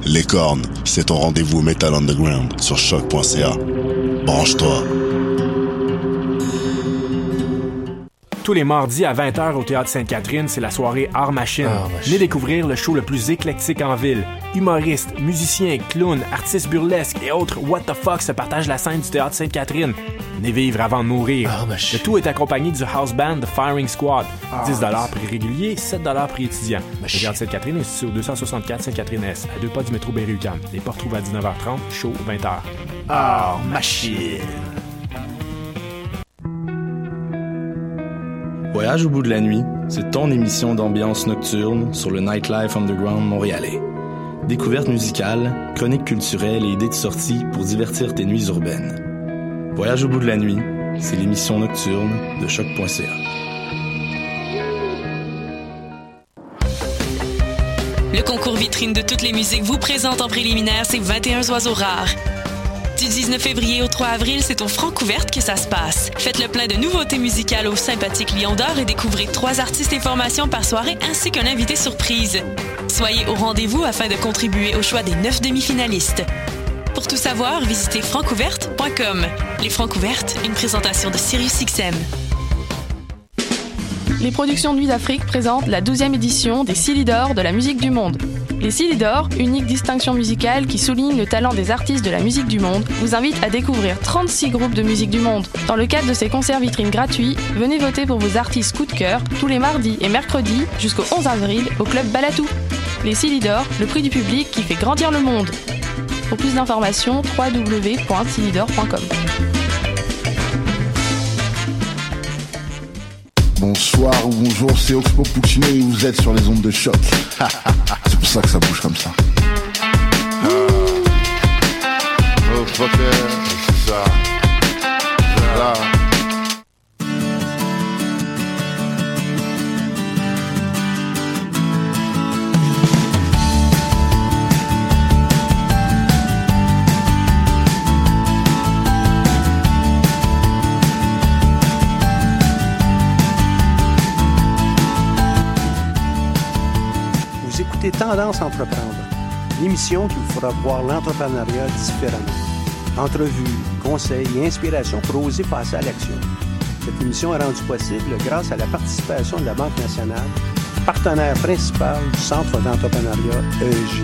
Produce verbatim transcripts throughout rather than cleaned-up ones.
Les Cornes, c'est ton rendez-vous Metal Underground sur choc point c a. Branche-toi. Tous les mardis à vingt heures au Théâtre Sainte-Catherine, c'est la soirée Art Machine. Art Machine. Venez découvrir le show le plus éclectique en ville. Humoristes, musiciens, clowns, artistes burlesques et autres what the fuck se partagent la scène du Théâtre Sainte-Catherine. Venez vivre avant de mourir. Art Machine. Le tout est accompagné du house band The Firing Squad. Art dix dollars prix régulier, sept dollars prix étudiant. Le Théâtre Sainte-Catherine est situé au deux cent soixante-quatre Sainte-Catherine-Est, à deux pas du métro Berry-UQAM. Les portes trouvent à dix-neuf heures trente, show vingt heures. Art Machine. Voyage au bout de la nuit, c'est ton émission d'ambiance nocturne sur le Nightlife Underground montréalais. Découvertes musicales, chroniques culturelles et idées de sortie pour divertir tes nuits urbaines. Voyage au bout de la nuit, c'est l'émission nocturne de choc point c a. Le concours vitrine de toutes les musiques vous présente en préliminaire ses vingt et un oiseaux rares. Du dix-neuf février au trois avril, c'est au Francouverte que ça se passe. Faites le plein de nouveautés musicales au sympathique Lion d'Or et découvrez trois artistes et formations par soirée ainsi qu'un invité surprise. Soyez au rendez-vous afin de contribuer au choix des neuf demi-finalistes. Pour tout savoir, visitez francouverte point com. Les Francouvertes, une présentation de Sirius X M. Les productions Nuit d'Afrique présentent la douzième édition des Silly d'Or de la musique du monde. Les Silly d'Or, unique distinction musicale qui souligne le talent des artistes de la musique du monde, vous invitent à découvrir trente-six groupes de musique du monde. Dans le cadre de ces concerts vitrines gratuits, venez voter pour vos artistes coup de cœur tous les mardis et mercredis jusqu'au onze avril au Club Balatou. Les Silly d'Or, le prix du public qui fait grandir le monde. Pour plus d'informations, w w w point silly d'or point com. Bonsoir ou bonjour, c'est Oxpo Puccino et vous êtes sur les ondes de choc. C'est pour ça que ça bouge comme ça. Oh fucker, c'est ça. C'est ça. Écoutez Tendance Entreprendre, l'émission qui vous fera voir l'entrepreneuriat différemment. Entrevues, conseils et inspirations pour oser passer à l'action. Cette émission est rendue possible grâce à la participation de la Banque nationale, partenaire principal du Centre d'entrepreneuriat E G.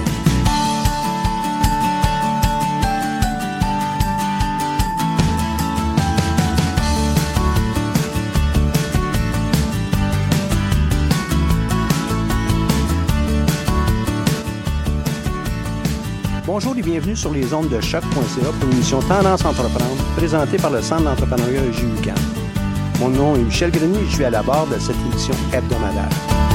Bonjour et bienvenue sur les ondes de choc point c a pour l'émission Tendance Entreprendre, présentée par le Centre d'entrepreneuriat E G UQAM. Mon nom est Michel Grenier et je suis à la barre de cette émission hebdomadaire.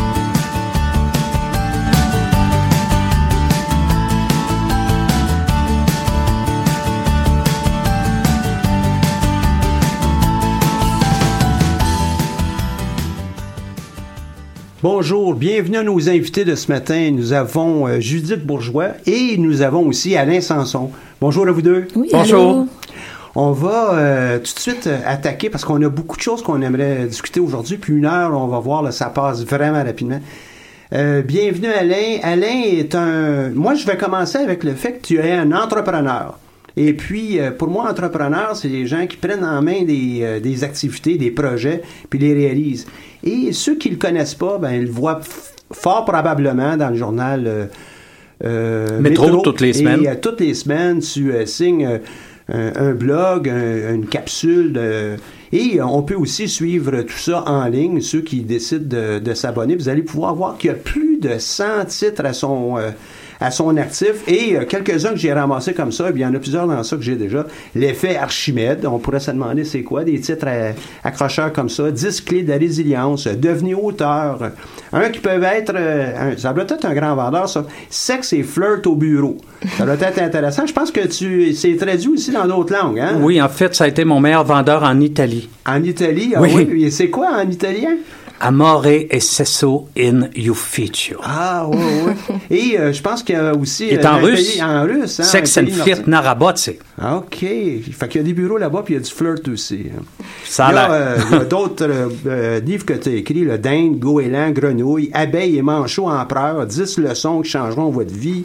Bonjour, bienvenue à nos invités de ce matin. Nous avons euh, Judith Bourgeois et nous avons aussi Alain Sanson. Bonjour à vous deux. Oui, bonjour. Allô. On va euh, tout de suite euh, attaquer parce qu'on a beaucoup de choses qu'on aimerait discuter aujourd'hui. Puis une heure, on va voir, là, ça passe vraiment rapidement. Euh, bienvenue Alain. Alain est un... Moi, je vais commencer avec le fait que tu es un entrepreneur. Et puis, euh, pour moi, entrepreneur, c'est les gens qui prennent en main des, euh, des activités, des projets, puis les réalisent. Et ceux qui le connaissent pas, ben, ils le voient f- fort probablement dans le journal euh, euh, Métro, Métro toutes les semaines. Et euh, toutes les semaines, tu euh, signes euh, un, un blog, un, une capsule. De, et on peut aussi suivre tout ça en ligne, ceux qui décident de, de s'abonner. Vous allez pouvoir voir qu'il y a plus de cent titres à son... Euh, à son actif, et euh, quelques-uns que j'ai ramassés comme ça, et bien, il y en a plusieurs dans ça que j'ai déjà. L'effet Archimède, on pourrait se demander c'est quoi, des titres à, accrocheurs comme ça, dix clés de la résilience, devenir auteur, un qui peut être, euh, un, ça doit être un grand vendeur, ça, sexe et flirt au bureau. Ça doit être intéressant. Je pense que tu c'est traduit aussi dans d'autres langues, hein? Oui, en fait, ça a été mon meilleur vendeur en Italie. En Italie? Ah, oui. oui. Et c'est quoi en italien? Amore e sesso in ufficio. Ah, oui, oui. Et euh, je pense qu'il y a aussi... Il est euh, en russe. Pays, en russe, hein? Sex and flirt na rabotse. Ah, OK. Fait qu'il y a des bureaux là-bas, puis il y a du flirt aussi. Ça il y a, euh, il y a d'autres euh, euh, livres que tu as écrits, le Dinde, Goéland, Grenouille, Abeille et Manchot Empereur, dix leçons qui changeront votre vie.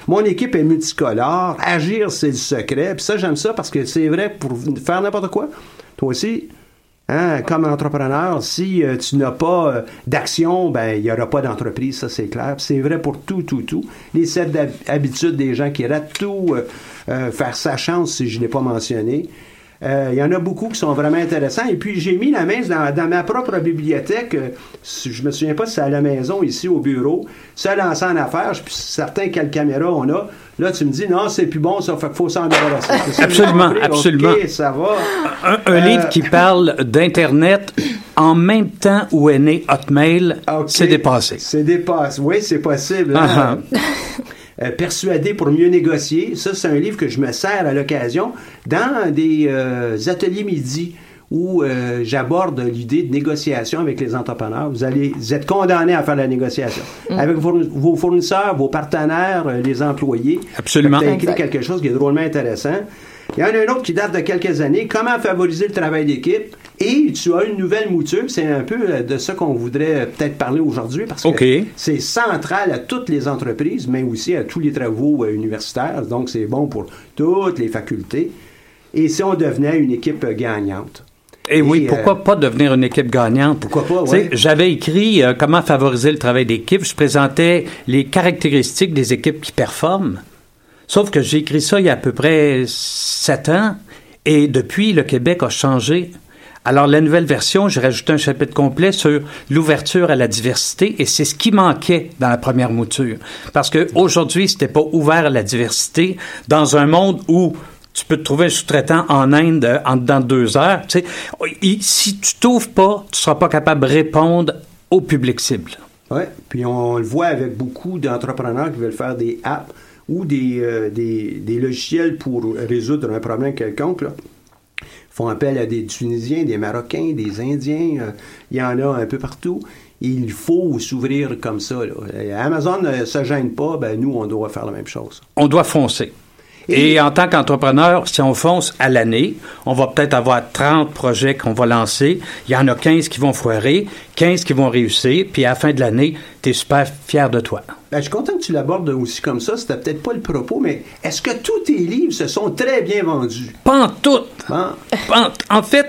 Mon équipe est multicolore. Agir, c'est le secret. Puis ça, j'aime ça parce que c'est vrai, pour faire n'importe quoi, toi aussi, hein, comme entrepreneur, si euh, tu n'as pas euh, d'action, ben il n'y aura pas d'entreprise, ça c'est clair. Puis c'est vrai pour tout, tout, tout. Les sept hab- habitudes des gens qui ratent tout, euh, euh, faire sa chance, si je ne l'ai pas mentionné. Il euh, y en a beaucoup qui sont vraiment intéressants. Et puis, j'ai mis la main dans, dans ma propre bibliothèque. Euh, je me souviens pas si c'est à la maison, ici, au bureau. Ça, lancé en affaires. Je suis certain quelle caméra on a. Là, tu me dis, non, c'est plus bon, ça fait qu'il faut s'en débarrasser. Absolument, absolument. OK, ça va. Un, un euh, livre qui parle d'Internet en même temps où est né Hotmail, okay, c'est dépassé. C'est dépassé. Oui, c'est possible. Hein? Uh-huh. Euh, Persuader pour mieux négocier. Ça, c'est un livre que je me sers à l'occasion dans des euh, ateliers midi où euh, j'aborde l'idée de négociation avec les entrepreneurs. Vous allez, vous êtes condamnés à faire la négociation. Mm. Avec vos, vos fournisseurs, vos partenaires, euh, les employés. Absolument. Tu as écrit quelque chose qui est drôlement intéressant. Il y en a un autre qui date de quelques années. Comment favoriser le travail d'équipe? Et tu as une nouvelle mouture. C'est un peu de ça qu'on voudrait peut-être parler aujourd'hui parce que okay. c'est central à toutes les entreprises, mais aussi à tous les travaux euh, universitaires. Donc, c'est bon pour toutes les facultés. Et si on devenait une équipe gagnante? Et, et oui, pourquoi euh, pas devenir une équipe gagnante? Pourquoi pas, oui. J'avais écrit euh, comment favoriser le travail d'équipe. Je présentais les caractéristiques des équipes qui performent. Sauf que j'ai écrit ça il y a à peu près sept ans, et depuis, le Québec a changé. Alors, la nouvelle version, j'ai rajouté un chapitre complet sur l'ouverture à la diversité, et c'est ce qui manquait dans la première mouture. Parce qu'aujourd'hui, c'était pas ouvert à la diversité dans un monde où tu peux te trouver un sous-traitant en Inde en dedans de deux heures. Tu sais, et si tu t'ouvres pas, tu seras pas capable de répondre au public cible. Oui, puis on le voit avec beaucoup d'entrepreneurs qui veulent faire des apps ou des, euh, des, des logiciels pour résoudre un problème quelconque, là. Ils font appel à des Tunisiens, des Marocains, des Indiens. Euh, il y en a un peu partout. Il faut s'ouvrir comme ça, là. Amazon ne se gêne pas, ben nous, on doit faire la même chose. On doit foncer. Et, Et en tant qu'entrepreneur, si on fonce à l'année, on va peut-être avoir trente projets qu'on va lancer. Il y en a quinze qui vont foirer, quinze qui vont réussir, puis à la fin de l'année, tu es super fier de toi. Ben, je suis content que tu l'abordes aussi comme ça. C'était peut-être pas le propos, mais est-ce que tous tes livres se sont très bien vendus? Pas en tout. Bon. En, en fait,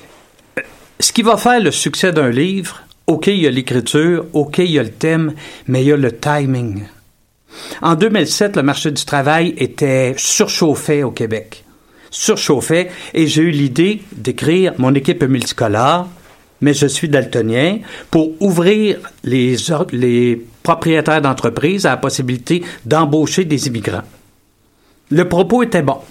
ce qui va faire le succès d'un livre, OK, il y a l'écriture, OK, il y a le thème, mais il y a le timing. En deux mille sept, le marché du travail était surchauffé au Québec. Surchauffé, et j'ai eu l'idée d'écrire mon équipe multicolore, mais je suis daltonien, pour ouvrir les, les propriétaires d'entreprises à la possibilité d'embaucher des immigrants. Le propos était bon.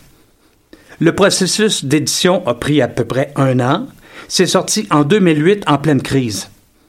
Le processus d'édition a pris à peu près un an. C'est sorti en deux mille huit en pleine crise.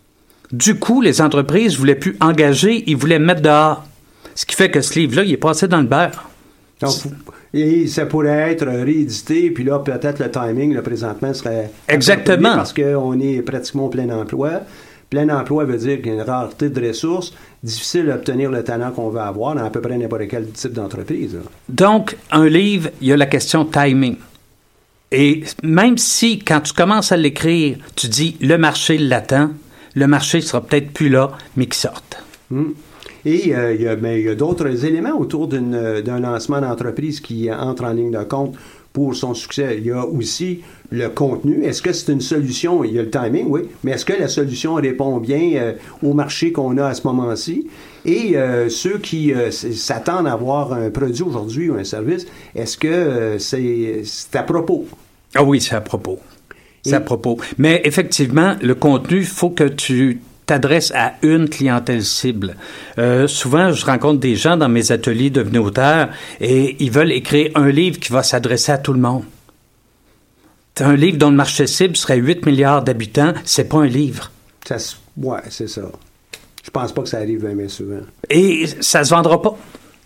Du coup, les entreprises ne voulaient plus engager, ils voulaient mettre dehors. Ce qui fait que ce livre-là, il est passé dans le beurre. Donc, et ça pourrait être réédité, puis là, peut-être le timing, là, présentement, serait... Exactement. Parce qu'on est pratiquement au plein emploi. Plein emploi veut dire qu'il y a une rareté de ressources, difficile d'obtenir le talent qu'on veut avoir dans à peu près n'importe quel type d'entreprise. Là. Donc, un livre, il y a la question timing. Et même si, quand tu commences à l'écrire, tu dis « le marché l'attend », le marché sera peut-être plus là, mais qui sorte. Hum. Et euh, il y a, ben, il y a d'autres éléments autour d'une, d'un lancement d'entreprise qui entre en ligne de compte pour son succès. Il y a aussi le contenu. Est-ce que c'est une solution? Il y a le timing, oui. Mais est-ce que la solution répond bien euh, au marché qu'on a à ce moment-ci? Et euh, ceux qui euh, s'attendent à avoir un produit aujourd'hui ou un service, est-ce que euh, c'est, c'est à propos? Ah oui, c'est à propos. C'est Et... à propos. Mais effectivement, le contenu, il faut que tu t'adresse à une clientèle cible. Euh, souvent, je rencontre des gens dans mes ateliers Devenez auteur et ils veulent écrire un livre qui va s'adresser à tout le monde. Un livre dont le marché cible serait huit milliards d'habitants, c'est pas un livre. Ça, ouais, c'est ça. Je pense pas que ça arrive bien souvent. Et ça se vendra pas.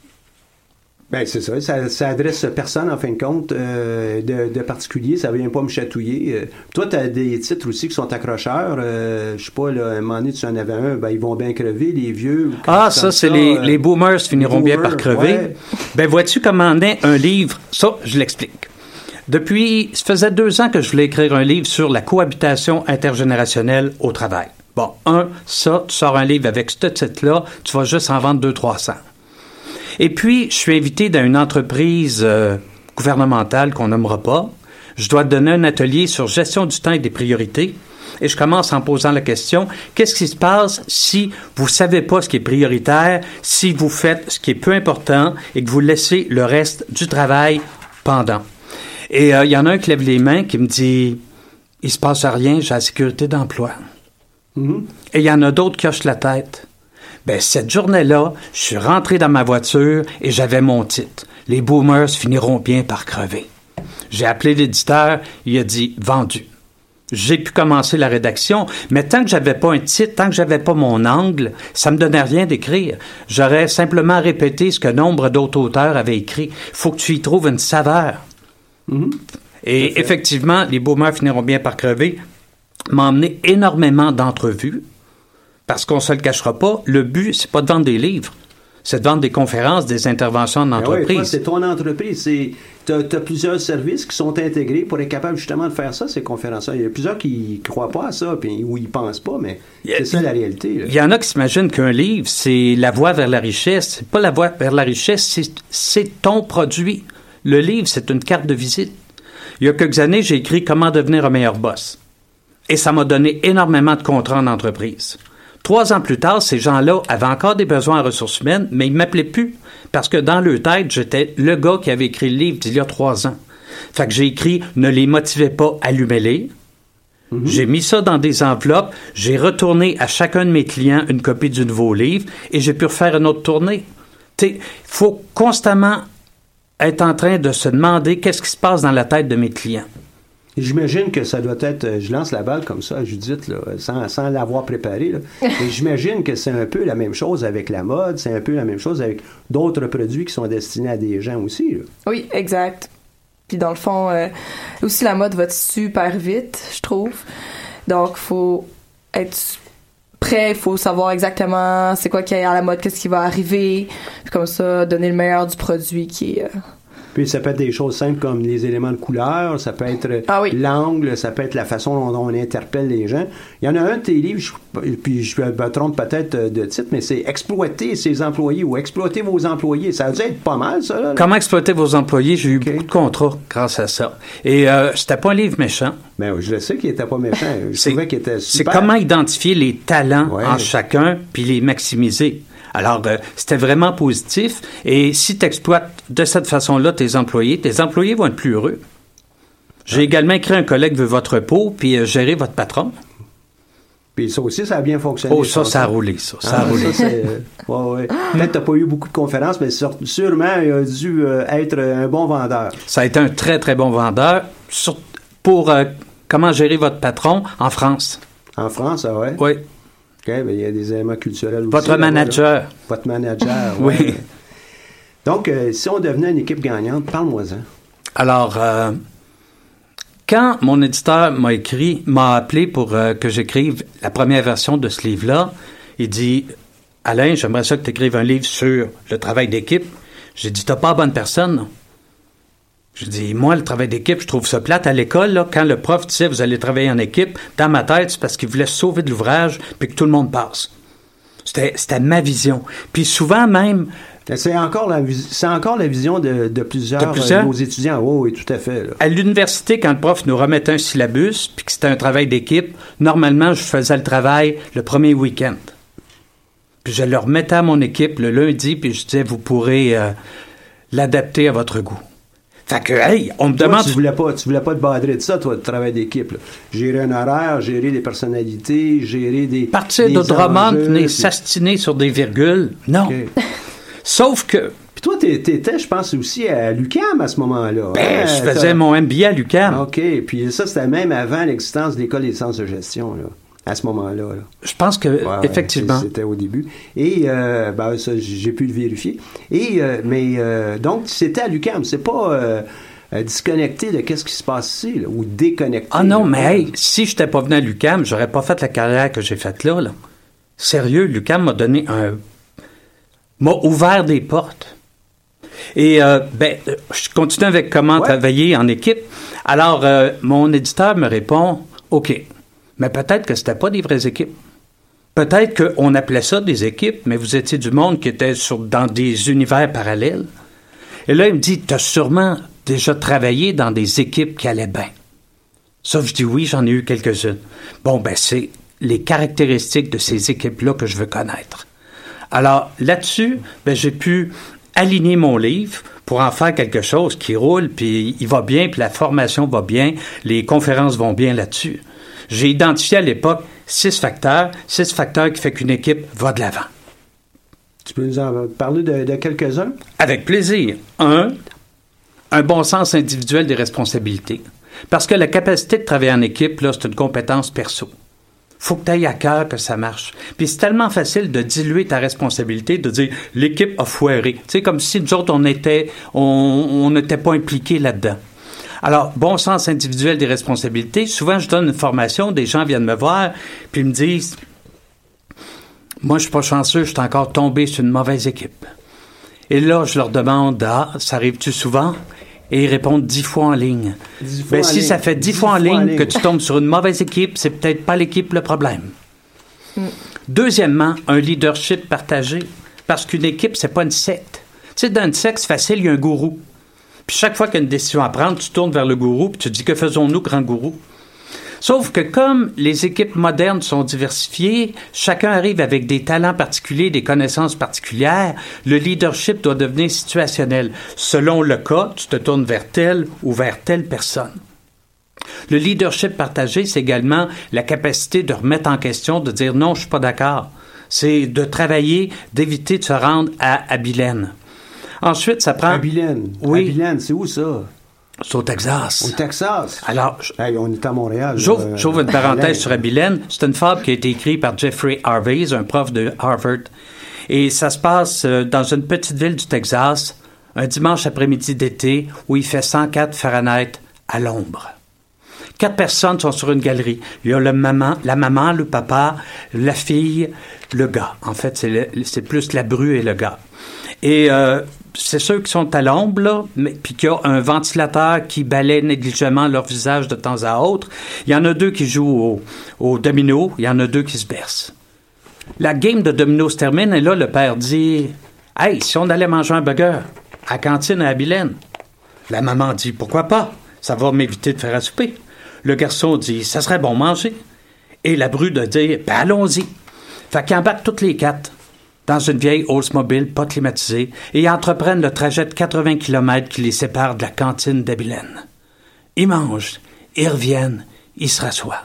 Ben c'est ça. ça, ça adresse personne en fin de compte euh, de, de particulier, ça vient pas me chatouiller. Euh, toi, tu as des titres aussi qui sont accrocheurs. Euh, je sais pas, là, à un moment donné, tu en avais un, ben ils vont bien crever, les vieux. Ah, ça, c'est ça, les, euh, les boomers finiront boomer, bien par crever. Ouais. Ben vois-tu comment naît un livre? Ça, je l'explique. Depuis, ça faisait deux ans que je voulais écrire un livre sur la cohabitation intergénérationnelle au travail. Bon, un, ça, tu sors un livre avec ce titre-là, tu vas juste en vendre deux, trois cents. Et puis, je suis invité dans une entreprise euh, gouvernementale qu'on nommera pas. Je dois donner un atelier sur gestion du temps et des priorités. Et je commence en posant la question, qu'est-ce qui se passe si vous savez pas ce qui est prioritaire, si vous faites ce qui est peu important et que vous laissez le reste du travail pendant? Et il euh, y en a un qui lève les mains, qui me dit, il se passe rien, j'ai la sécurité d'emploi. Mm-hmm. Et il y en a d'autres qui hochent la tête. Ben, cette journée-là, je suis rentré dans ma voiture et j'avais mon titre. Les boomers finiront bien par crever. J'ai appelé l'éditeur, il a dit « vendu ». J'ai pu commencer la rédaction, mais tant que j'avais pas un titre, tant que j'avais pas mon angle, ça me donnait rien d'écrire. J'aurais simplement répété ce que nombre d'autres auteurs avaient écrit. Faut que tu y trouves une saveur. Mm-hmm. Et effectivement, les boomers finiront bien par crever m'a emmené énormément d'entrevues, parce qu'on se le cachera pas, le but, c'est pas de vendre des livres, c'est de vendre des conférences, des interventions en entreprise. Oui, toi, c'est ton entreprise. C'est, t'as, t'as plusieurs services qui sont intégrés pour être capable justement de faire ça, ces conférences-là. Il y a plusieurs qui ne croient pas à ça, puis, ou ils pensent pas, mais c'est ça la réalité. Il y en a qui s'imaginent qu'un livre, c'est la voie vers la richesse. C'est pas la voie vers la richesse, c'est, c'est ton produit. Le livre, c'est une carte de visite. Il y a quelques années, j'ai écrit « Comment devenir un meilleur boss ». Et ça m'a donné énormément de contrats en entreprise. Trois ans plus tard, ces gens-là avaient encore des besoins en ressources humaines, mais ils ne m'appelaient plus parce que dans leur tête, j'étais le gars qui avait écrit le livre d'il y a trois ans. Fait que j'ai écrit « Ne les motivez pas, allumez-les ». Mm-hmm. J'ai mis ça dans des enveloppes, j'ai retourné à chacun de mes clients une copie du nouveau livre et j'ai pu refaire une autre tournée. Il faut constamment être en train de se demander qu'est-ce qui se passe dans la tête de mes clients. J'imagine que ça doit être... Je lance la balle comme ça à Judith, là, sans, sans l'avoir préparée. Là. Et j'imagine que c'est un peu la même chose avec la mode, c'est un peu la même chose avec d'autres produits qui sont destinés à des gens aussi. Là. Oui, exact. Puis dans le fond, euh, aussi la mode va super vite, je trouve. Donc, il faut être prêt, il faut savoir exactement c'est quoi qui est à la mode, qu'est-ce qui va arriver. Puis comme ça, donner le meilleur du produit qui est... Euh, Puis ça peut être des choses simples comme les éléments de couleur, ça peut être ah oui. l'angle, ça peut être la façon dont on interpelle les gens. Il y en a un de tes livres, je, puis je me trompe peut-être de titre, mais c'est « Exploiter ses employés » ou « Exploiter vos employés ». Ça a dû être pas mal, ça. Là, là. Comment exploiter vos employés? J'ai eu okay. beaucoup de contrats grâce à ça. Et euh, c'était pas un livre méchant. Ben oui, je le sais qu'il était pas méchant. Je c'est, trouvais qu'il était super. C'est comment identifier les talents ouais. en chacun puis les maximiser. Alors, euh, c'était vraiment positif. Et si tu exploites de cette façon-là tes employés, tes employés vont être plus heureux. J'ai ah. également écrit un collègue veut votre peau, puis euh, gérer votre patron. Puis ça aussi, ça a bien fonctionné. Oh, ça, ça a roulé, ça. Ça ah, a roulé. Ça, c'est, euh, ouais, ouais. Peut-être que tu n'as pas eu beaucoup de conférences, mais sur, sûrement, il a dû euh, être un bon vendeur. Ça a été un très, très bon vendeur sur, pour euh, comment gérer votre patron en France. En France, ah ouais? Oui. OK, bien, il y a des éléments culturels aussi. Votre manager. Là. Votre manager, ouais. Oui. Donc, euh, si on devenait une équipe gagnante, parle-moi-en. Alors, euh, quand mon éditeur m'a écrit, m'a appelé pour euh, que j'écrive la première version de ce livre-là, il dit « Alain, j'aimerais ça que tu écrives un livre sur le travail d'équipe. » J'ai dit « T'as pas la bonne personne, non? » Je dis, moi, le travail d'équipe, je trouve ça plate. À l'école, là, quand le prof disait, vous allez travailler en équipe, dans ma tête, c'est parce qu'il voulait sauver de l'ouvrage puis que tout le monde passe. C'était, c'était ma vision. Puis souvent même... C'est encore la, c'est encore la vision de, de plusieurs de plusieurs? Euh, nos étudiants. Oh, oui, tout à fait. Là. À l'université, quand le prof nous remettait un syllabus puis que c'était un travail d'équipe, normalement, je faisais le travail le premier week-end. Puis je le remettais à mon équipe le lundi puis je disais, vous pourrez euh, l'adapter à votre goût. Fait que, hey, on me toi, demande... Tu voulais pas, tu voulais pas te badrer de ça, toi, de travail d'équipe, là. Gérer un horaire, gérer des personnalités, gérer des... Partir de Drummond, venir s'astiner sur des virgules, non. Okay. Sauf que... Puis toi, t'étais, je pense, aussi à l'U Q A M à ce moment-là. Ben, hein, je faisais mon M B A à l'U Q A M. OK, puis ça, c'était même avant l'existence de l'École des sciences de gestion, là. À ce moment-là. Là. Je pense que, ouais, effectivement. C'était au début. Et, euh, ben, ça, j'ai pu le vérifier. Et, euh, mais, euh, donc, c'était à l'U Q A M. C'est pas euh, disconnecté de qu'est-ce qui se passe ici, là, ou déconnecté. Ah non, là, mais hey, si je n'étais pas venu à l'U Q A M, j'aurais pas fait la carrière que j'ai faite là, là. Sérieux, l'U Q A M m'a donné un... m'a ouvert des portes. Et, euh, ben, je continue avec comment ouais. travailler en équipe. Alors, euh, mon éditeur me répond, OK. Mais peut-être que c'était pas des vraies équipes. peut-être qu'on appelait ça des équipes, mais vous étiez du monde qui était sur, dans des univers parallèles. Et là, il me dit, t'as sûrement déjà travaillé dans des équipes qui allaient bien. Ça, je dis oui, j'en ai eu quelques-unes. Bon, ben, c'est les caractéristiques de ces équipes-là que je veux connaître. Alors, là-dessus, ben, j'ai pu aligner mon livre pour en faire quelque chose qui roule, puis il va bien, puis la formation va bien, les conférences vont bien là-dessus. J'ai identifié à l'époque six facteurs, six facteurs qui fait qu'une équipe va de l'avant. Tu peux nous en parler de, de quelques-uns? Avec plaisir. Un, un bon sens individuel des responsabilités. Parce que la capacité de travailler en équipe, là, c'est une compétence perso. Faut que tu ailles à cœur que ça marche. Puis c'est tellement facile de diluer ta responsabilité, de dire « l'équipe a foiré ». Tu sais, comme si nous autres, on était, on n'était pas impliqués là-dedans. Alors, bon sens individuel des responsabilités. Souvent, je donne une formation, des gens viennent me voir, puis ils me disent « moi, je suis pas chanceux, je suis encore tombé sur une mauvaise équipe ». Et là, je leur demande « ah, ça arrive-tu souvent ?» Et ils répondent dix fois en ligne. Ben, si ligne. Ça fait dix, dix fois en ligne, en ligne que tu tombes sur une mauvaise équipe, c'est peut-être pas l'équipe le problème. Mm. Deuxièmement, un leadership partagé. Parce qu'une équipe, c'est pas une secte. Tu sais, dans une secte, c'est facile, il y a un gourou. Puis chaque fois qu'il y a une décision à prendre, tu tournes vers le gourou, puis tu dis, que faisons-nous, grand gourou? Sauf que comme les équipes modernes sont diversifiées, chacun arrive avec des talents particuliers, des connaissances particulières, le leadership doit devenir situationnel. Selon le cas, tu te tournes vers telle ou vers telle personne. Le leadership partagé, c'est également la capacité de remettre en question, de dire non, je suis pas d'accord. C'est de travailler, d'éviter de se rendre à Abilène. Ensuite, ça prend... Abilène? Oui. Abilène, c'est où ça? C'est au Texas. Au Texas? Alors, hey, on est à Montréal. J'ouvre, euh, j'ouvre une parenthèse sur Abilène. C'est une fable qui a été écrite par Jeffrey Harvey, un prof de Harvard. Et ça se passe dans une petite ville du Texas, un dimanche après-midi d'été, où il fait cent quatre Fahrenheit à l'ombre. Quatre personnes sont sur une galerie. Il y a le maman, la maman, le papa, la fille, le gars. En fait, c'est, le, c'est plus la bru et le gars. Et euh, c'est ceux qui sont à l'ombre, là, mais, puis qu'il y a un ventilateur qui balaie négligemment leur visage de temps à autre. Il y en a deux qui jouent au, au domino, il y en a deux qui se bercent. La game de domino se termine, et là, le père dit « Hey, si on allait manger un burger à la cantine à Abilène? » La maman dit « Pourquoi pas? Ça va m'éviter de faire à souper. » Le garçon dit « Ça serait bon manger. » Et la bru de dire « Ben allons-y. » Fait qu'ils embarquent toutes les quatre dans une vieille Oldsmobile pas climatisée et ils entreprennent le trajet de quatre-vingts kilomètres qui les sépare de la cantine d'Abilène. Ils mangent, ils reviennent, ils se rassoient.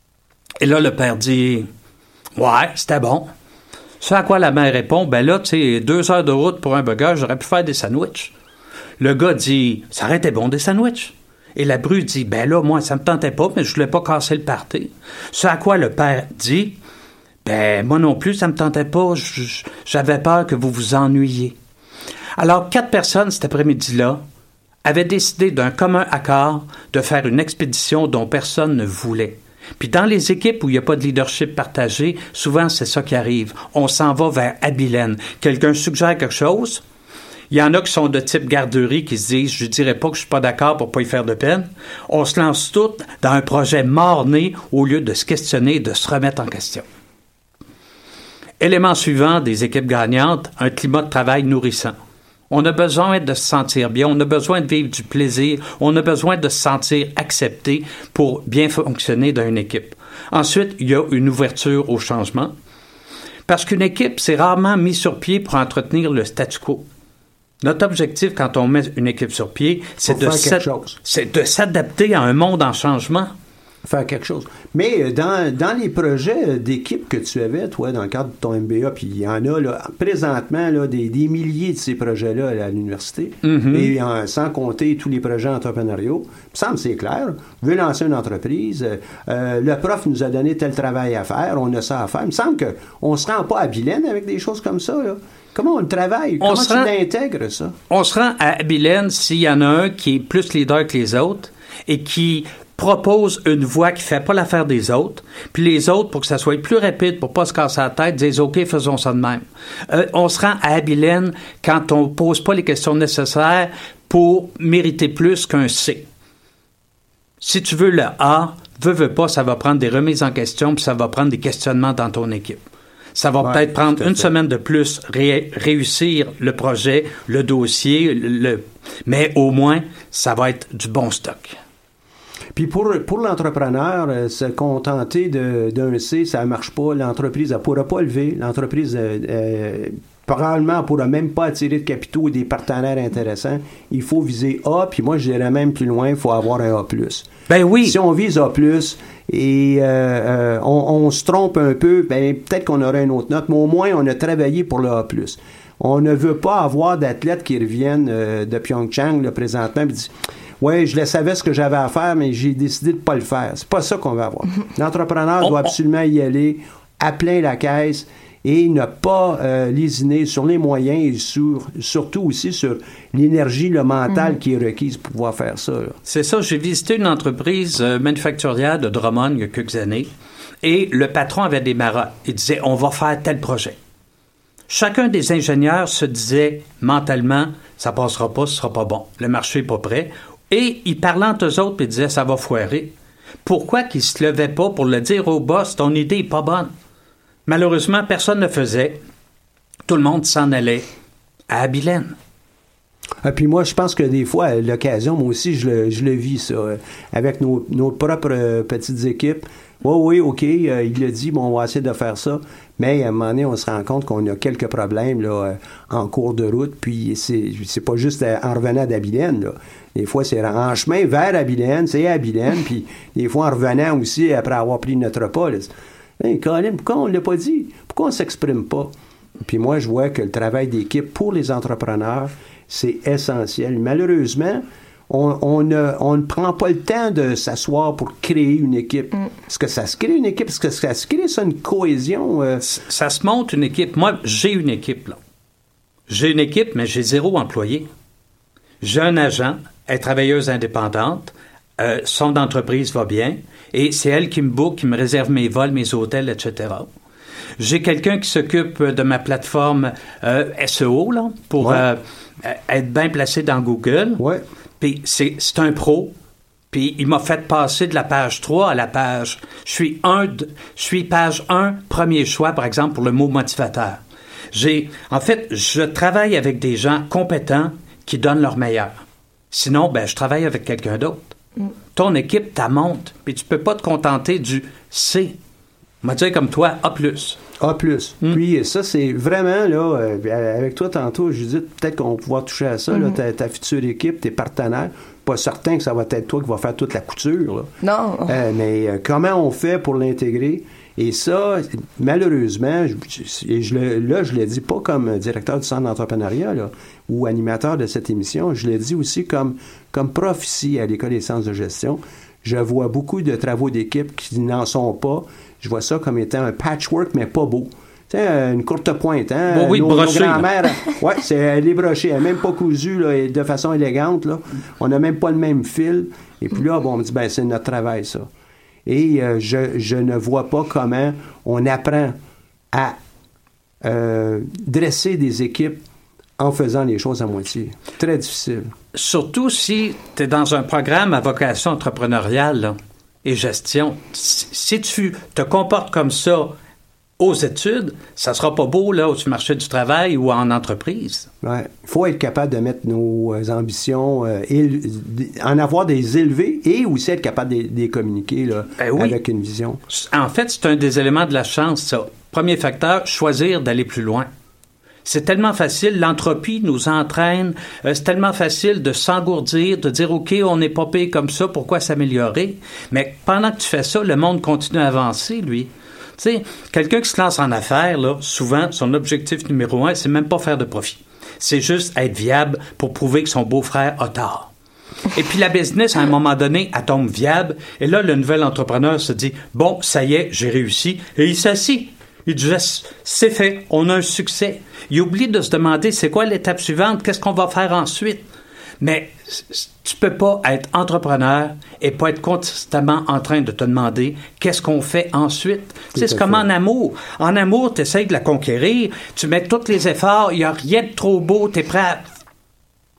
Et là, le père dit « Ouais, c'était bon. » Ce à quoi la mère répond « Ben là, tu sais, deux heures de route pour un burger, j'aurais pu faire des sandwichs. » Le gars dit « Ça aurait été bon des sandwichs. » Et la bru dit « Ben là, moi, ça me tentait pas, mais je voulais pas casser le party. » Ce à quoi le père dit « Ben, moi non plus, ça me tentait pas. J'avais peur que vous vous ennuyiez. » Alors, quatre personnes cet après-midi-là avaient décidé d'un commun accord de faire une expédition dont personne ne voulait. Puis dans les équipes où il n'y a pas de leadership partagé, souvent c'est ça qui arrive. On s'en va vers Abilène. Quelqu'un suggère quelque chose. Il y en a qui sont de type garderie qui se disent « Je dirais pas que je suis pas d'accord pour pas y faire de peine. » On se lance toutes dans un projet mort-né au lieu de se questionner et de se remettre en question. Élément suivant des équipes gagnantes, un climat de travail nourrissant. On a besoin de se sentir bien, on a besoin de vivre du plaisir, on a besoin de se sentir accepté pour bien fonctionner dans une équipe. Ensuite, il y a une ouverture au changement. Parce qu'une équipe, c'est rarement mis sur pied pour entretenir le statu quo. Notre objectif, quand on met une équipe sur pied, c'est de, s'ad... c'est de s'adapter à un monde en changement. Faire quelque chose. Mais dans, dans les projets d'équipe que tu avais, toi, dans le cadre de ton M B A, puis il y en a là, présentement là, des, des milliers de ces projets-là à l'université, mm-hmm. et en, sans compter tous les projets entrepreneuriaux. Il me semble que c'est clair. Vous voulez lancer une entreprise, euh, le prof nous a donné tel travail à faire, on a ça à faire. Il me semble qu'on ne se rend pas à Abilène avec des choses comme ça, là. Comment on le travaille? On Comment tu rend, l'intègres, ça? On se rend à Abilène s'il y en a un qui est plus leader que les autres et qui propose une voie qui fait pas l'affaire des autres, puis les autres, pour que ça soit plus rapide, pour pas se casser la tête, disent « OK, faisons ça de même. Euh, » On se rend à Abilène quand on pose pas les questions nécessaires pour mériter plus qu'un C. Si tu veux le A, veux, veux pas, ça va prendre des remises en question, puis ça va prendre des questionnements dans ton équipe. Ça va Ouais, peut-être prendre une fait. semaine de plus ré- réussir le projet, le dossier, le, le- mais au moins, ça va être du bon stock. Puis pour, pour l'entrepreneur, euh, se contenter de, d'un C, ça ne marche pas. L'entreprise ne pourra pas lever. L'entreprise, euh, euh, probablement, ne pourra même pas attirer de capitaux ou des partenaires intéressants. Il faut viser A, puis moi, je dirais même plus loin, il faut avoir un A plus. Ben oui. Si on vise A plus et euh, euh, on, on se trompe un peu, ben peut-être qu'on aurait une autre note, mais au moins, on a travaillé pour le A plus. On ne veut pas avoir d'athlètes qui reviennent euh, de Pyeongchang, là, présentement, et disent « Ouais, je le savais ce que j'avais à faire, mais j'ai décidé de ne pas le faire. » C'est pas ça qu'on veut avoir. L'entrepreneur On- doit on- absolument y aller à plein la caisse et ne pas euh, lésiner sur les moyens et sur, surtout aussi sur l'énergie, le mental Mhm. qui est requise pour pouvoir faire ça. Là. C'est ça, j'ai visité une entreprise euh, manufacturière de Drummond il y a quelques années et le patron avait des marats. Il disait « On va faire tel projet ». Chacun des ingénieurs se disait mentalement « Ça passera pas, ce sera pas bon. Le marché n'est pas prêt. » Et ils parlaient entre eux autres et ils disaient « Ça va foirer. » Pourquoi qu'ils se levaient pas pour le dire au boss « Ton idée est pas bonne. » Malheureusement, personne ne le faisait. Tout le monde s'en allait à Abilène. Ah, puis moi, je pense que des fois, à l'occasion, moi aussi, je le, je le vis, ça, euh, avec nos, nos propres euh, petites équipes. Oui, oui, OK, euh, il l'a dit, bon, on va essayer de faire ça. Mais à un moment donné, on se rend compte qu'on a quelques problèmes là, euh, en cours de route. Puis c'est, c'est pas juste euh, en revenant d'Abilène. Là. Des fois, c'est en chemin vers Abilène, c'est à Abilène. Puis des fois, en revenant aussi, après avoir pris notre repas. Là, hey, Colin, pourquoi on ne l'a pas dit? Pourquoi on ne s'exprime pas? Puis moi, je vois que le travail d'équipe pour les entrepreneurs, c'est essentiel. Malheureusement, on, on, ne, on ne prend pas le temps de s'asseoir pour créer une équipe. Mm. Est-ce que ça se crée une équipe? Est-ce que ça se crée, ça, une cohésion? Euh... Ça se monte une équipe. Moi, j'ai une équipe, là. J'ai une équipe, mais j'ai zéro employé. J'ai un agent, elle est travailleuse indépendante, euh, son entreprise va bien, et c'est elle qui me book, qui me réserve mes vols, mes hôtels, et cetera. J'ai quelqu'un qui s'occupe de ma plateforme euh, S E O, là, pour ouais. euh, être bien placé dans Google. Ouais. Puis c'est, c'est un pro. Puis il m'a fait passer de la page trois à la page... Je suis un, de, je suis page un, premier choix, par exemple, pour le mot motivateur. J'ai, en fait, je travaille avec des gens compétents qui donnent leur meilleur. Sinon, ben, je travaille avec quelqu'un d'autre. Mm. Ton équipe, ta monte, puis tu peux pas te contenter du C. On va dire comme toi, A plus. A plus. Mm. Puis ça, c'est vraiment, là, euh, avec toi tantôt, Judith, peut-être qu'on va pouvoir toucher à ça, mm-hmm. là, ta, ta future équipe, tes partenaires. Pas certain que ça va être toi qui va faire toute la couture. Là. Non. Euh, mais euh, comment on fait pour l'intégrer? Et ça, malheureusement, je, et je le, là, je le dis pas comme directeur du centre d'entrepreneuriat là, ou animateur de cette émission, je le dis aussi comme, comme prof ici à l'École des sciences de gestion. Je vois beaucoup de travaux d'équipe qui n'en sont pas. Je vois ça comme étant un patchwork, mais pas beau. Tu sais, une courte pointe, hein? Bon, oui, nos, brochée. Nos grand-mères, ouais, c'est, elle est brochée. Elle n'est même pas cousue là, de façon élégante. Là. On n'a même pas le même fil. Et puis là, bon, on me dit, ben c'est notre travail, ça. Et euh, je, je ne vois pas comment on apprend à euh, dresser des équipes en faisant les choses à moitié. Très difficile. Surtout si tu es dans un programme à vocation entrepreneuriale là, et gestion. Si tu te comportes comme ça aux études, ça sera pas beau là, au marché du travail ou en entreprise. Ouais. Il faut être capable de mettre nos ambitions, euh, éle- en avoir des élevées et aussi être capable de, de les communiquer là, ben oui. avec une vision. En fait, c'est un des éléments de la chance, ça. Premier facteur, choisir d'aller plus loin. C'est tellement facile, l'entropie nous entraîne, euh, c'est tellement facile de s'engourdir, de dire « OK, on n'est pas payé comme ça, pourquoi s'améliorer? » Mais pendant que tu fais ça, le monde continue à avancer, lui. Tu sais, quelqu'un qui se lance en affaires, là, souvent, son objectif numéro un, c'est même pas faire de profit. C'est juste être viable pour prouver que son beau-frère a tort. Et puis la business, à un moment donné, elle tombe viable, et là, le nouvel entrepreneur se dit « Bon, ça y est, j'ai réussi. » Et il s'assit. Il dit « C'est fait, on a un succès. » Il oublie de se demander « C'est quoi l'étape suivante? Qu'est-ce qu'on va faire ensuite? » Mais tu peux pas être entrepreneur et pas être constamment en train de te demander qu'est-ce qu'on fait ensuite. Tu sais, c'est comme en amour. En amour, tu essaies de la conquérir, tu mets tous les efforts, il n'y a rien de trop beau, tu es prêt à...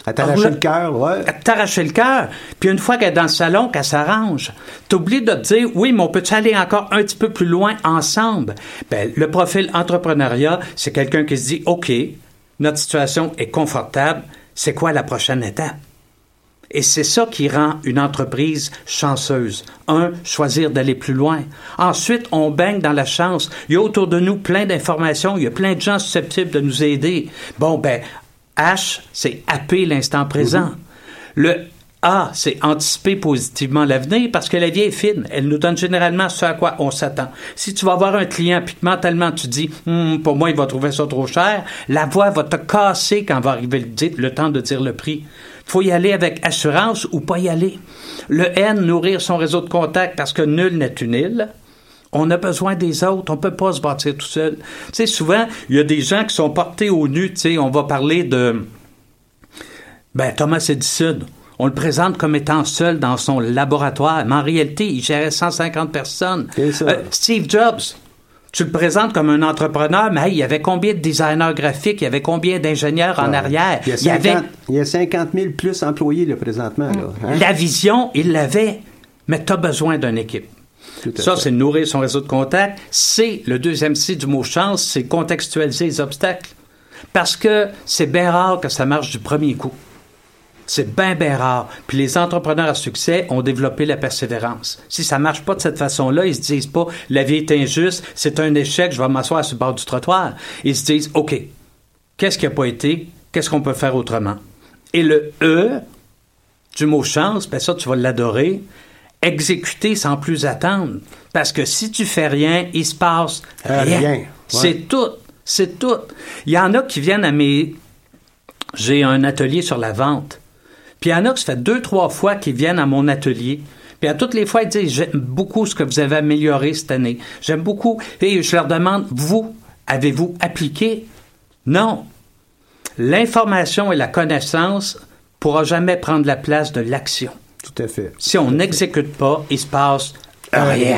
À t'arracher le cœur, ouais. À t'arracher le cœur. Puis une fois qu'elle est dans le salon, qu'elle s'arrange. T'oublies de te dire, oui, mais on peut-tu aller encore un petit peu plus loin ensemble? Ben, le profil entrepreneuriat, c'est quelqu'un qui se dit, OK, notre situation est confortable, c'est quoi la prochaine étape? Et c'est ça qui rend une entreprise chanceuse. Un, choisir d'aller plus loin. Ensuite, on baigne dans la chance. Il y a autour de nous plein d'informations, il y a plein de gens susceptibles de nous aider. Bon, ben, H, c'est happer l'instant présent. Mm-hmm. Le A, c'est anticiper positivement l'avenir parce que la vie est fine. Elle nous donne généralement ce à quoi on s'attend. Si tu vas avoir un client puis que mentalement tu dis hm, « pour moi, il va trouver ça trop cher », la voix va te casser quand va arriver le, le temps de dire le prix. Faut y aller avec assurance ou pas y aller. Le N, nourrir son réseau de contacts parce que nul n'est une île. On a besoin des autres. On peut pas se bâtir tout seul. Tu sais, souvent, il y a des gens qui sont portés au nu. Tu sais, on va parler de... Ben, Thomas Edison. On le présente comme étant seul dans son laboratoire. Mais en réalité, il gérait cent cinquante personnes. C'est ça. Euh, Steve Jobs. Tu le présentes comme un entrepreneur, mais hey, il y avait combien de designers graphiques, il y avait combien d'ingénieurs en ouais. arrière? Il y a cinquante, il y avait... il y a cinquante mille plus employés là, présentement. Là, hein? La vision, il l'avait, mais tu as besoin d'une équipe. Ça, fait. C'est nourrir son réseau de contacts. C'est le deuxième C du mot chance, c'est contextualiser les obstacles. Parce que c'est bien rare que ça marche du premier coup. C'est bien, bien rare. Puis les entrepreneurs à succès ont développé la persévérance. Si ça marche pas de cette façon-là, ils se disent pas « la vie est injuste, c'est un échec, je vais m'asseoir sur le bord du trottoir ». Ils se disent « OK, qu'est-ce qui n'a pas été? Qu'est-ce qu'on peut faire autrement? » Et le « E » du mot « chance », ben ça, tu vas l'adorer. Exécuter sans plus attendre. Parce que si tu fais rien, il se passe rien. rien. Ouais. C'est tout. C'est tout. Il y en a qui viennent à mes... J'ai un atelier sur la vente. Puis il y en a qui ça fait deux, trois fois qu'ils viennent à mon atelier. Puis à toutes les fois, ils disent « J'aime beaucoup ce que vous avez amélioré cette année. J'aime beaucoup. » Et je leur demande « Vous, avez-vous appliqué? » Non. L'information et la connaissance ne pourra jamais prendre la place de l'action. Tout à fait. Si on n'exécute pas, il se passe rien.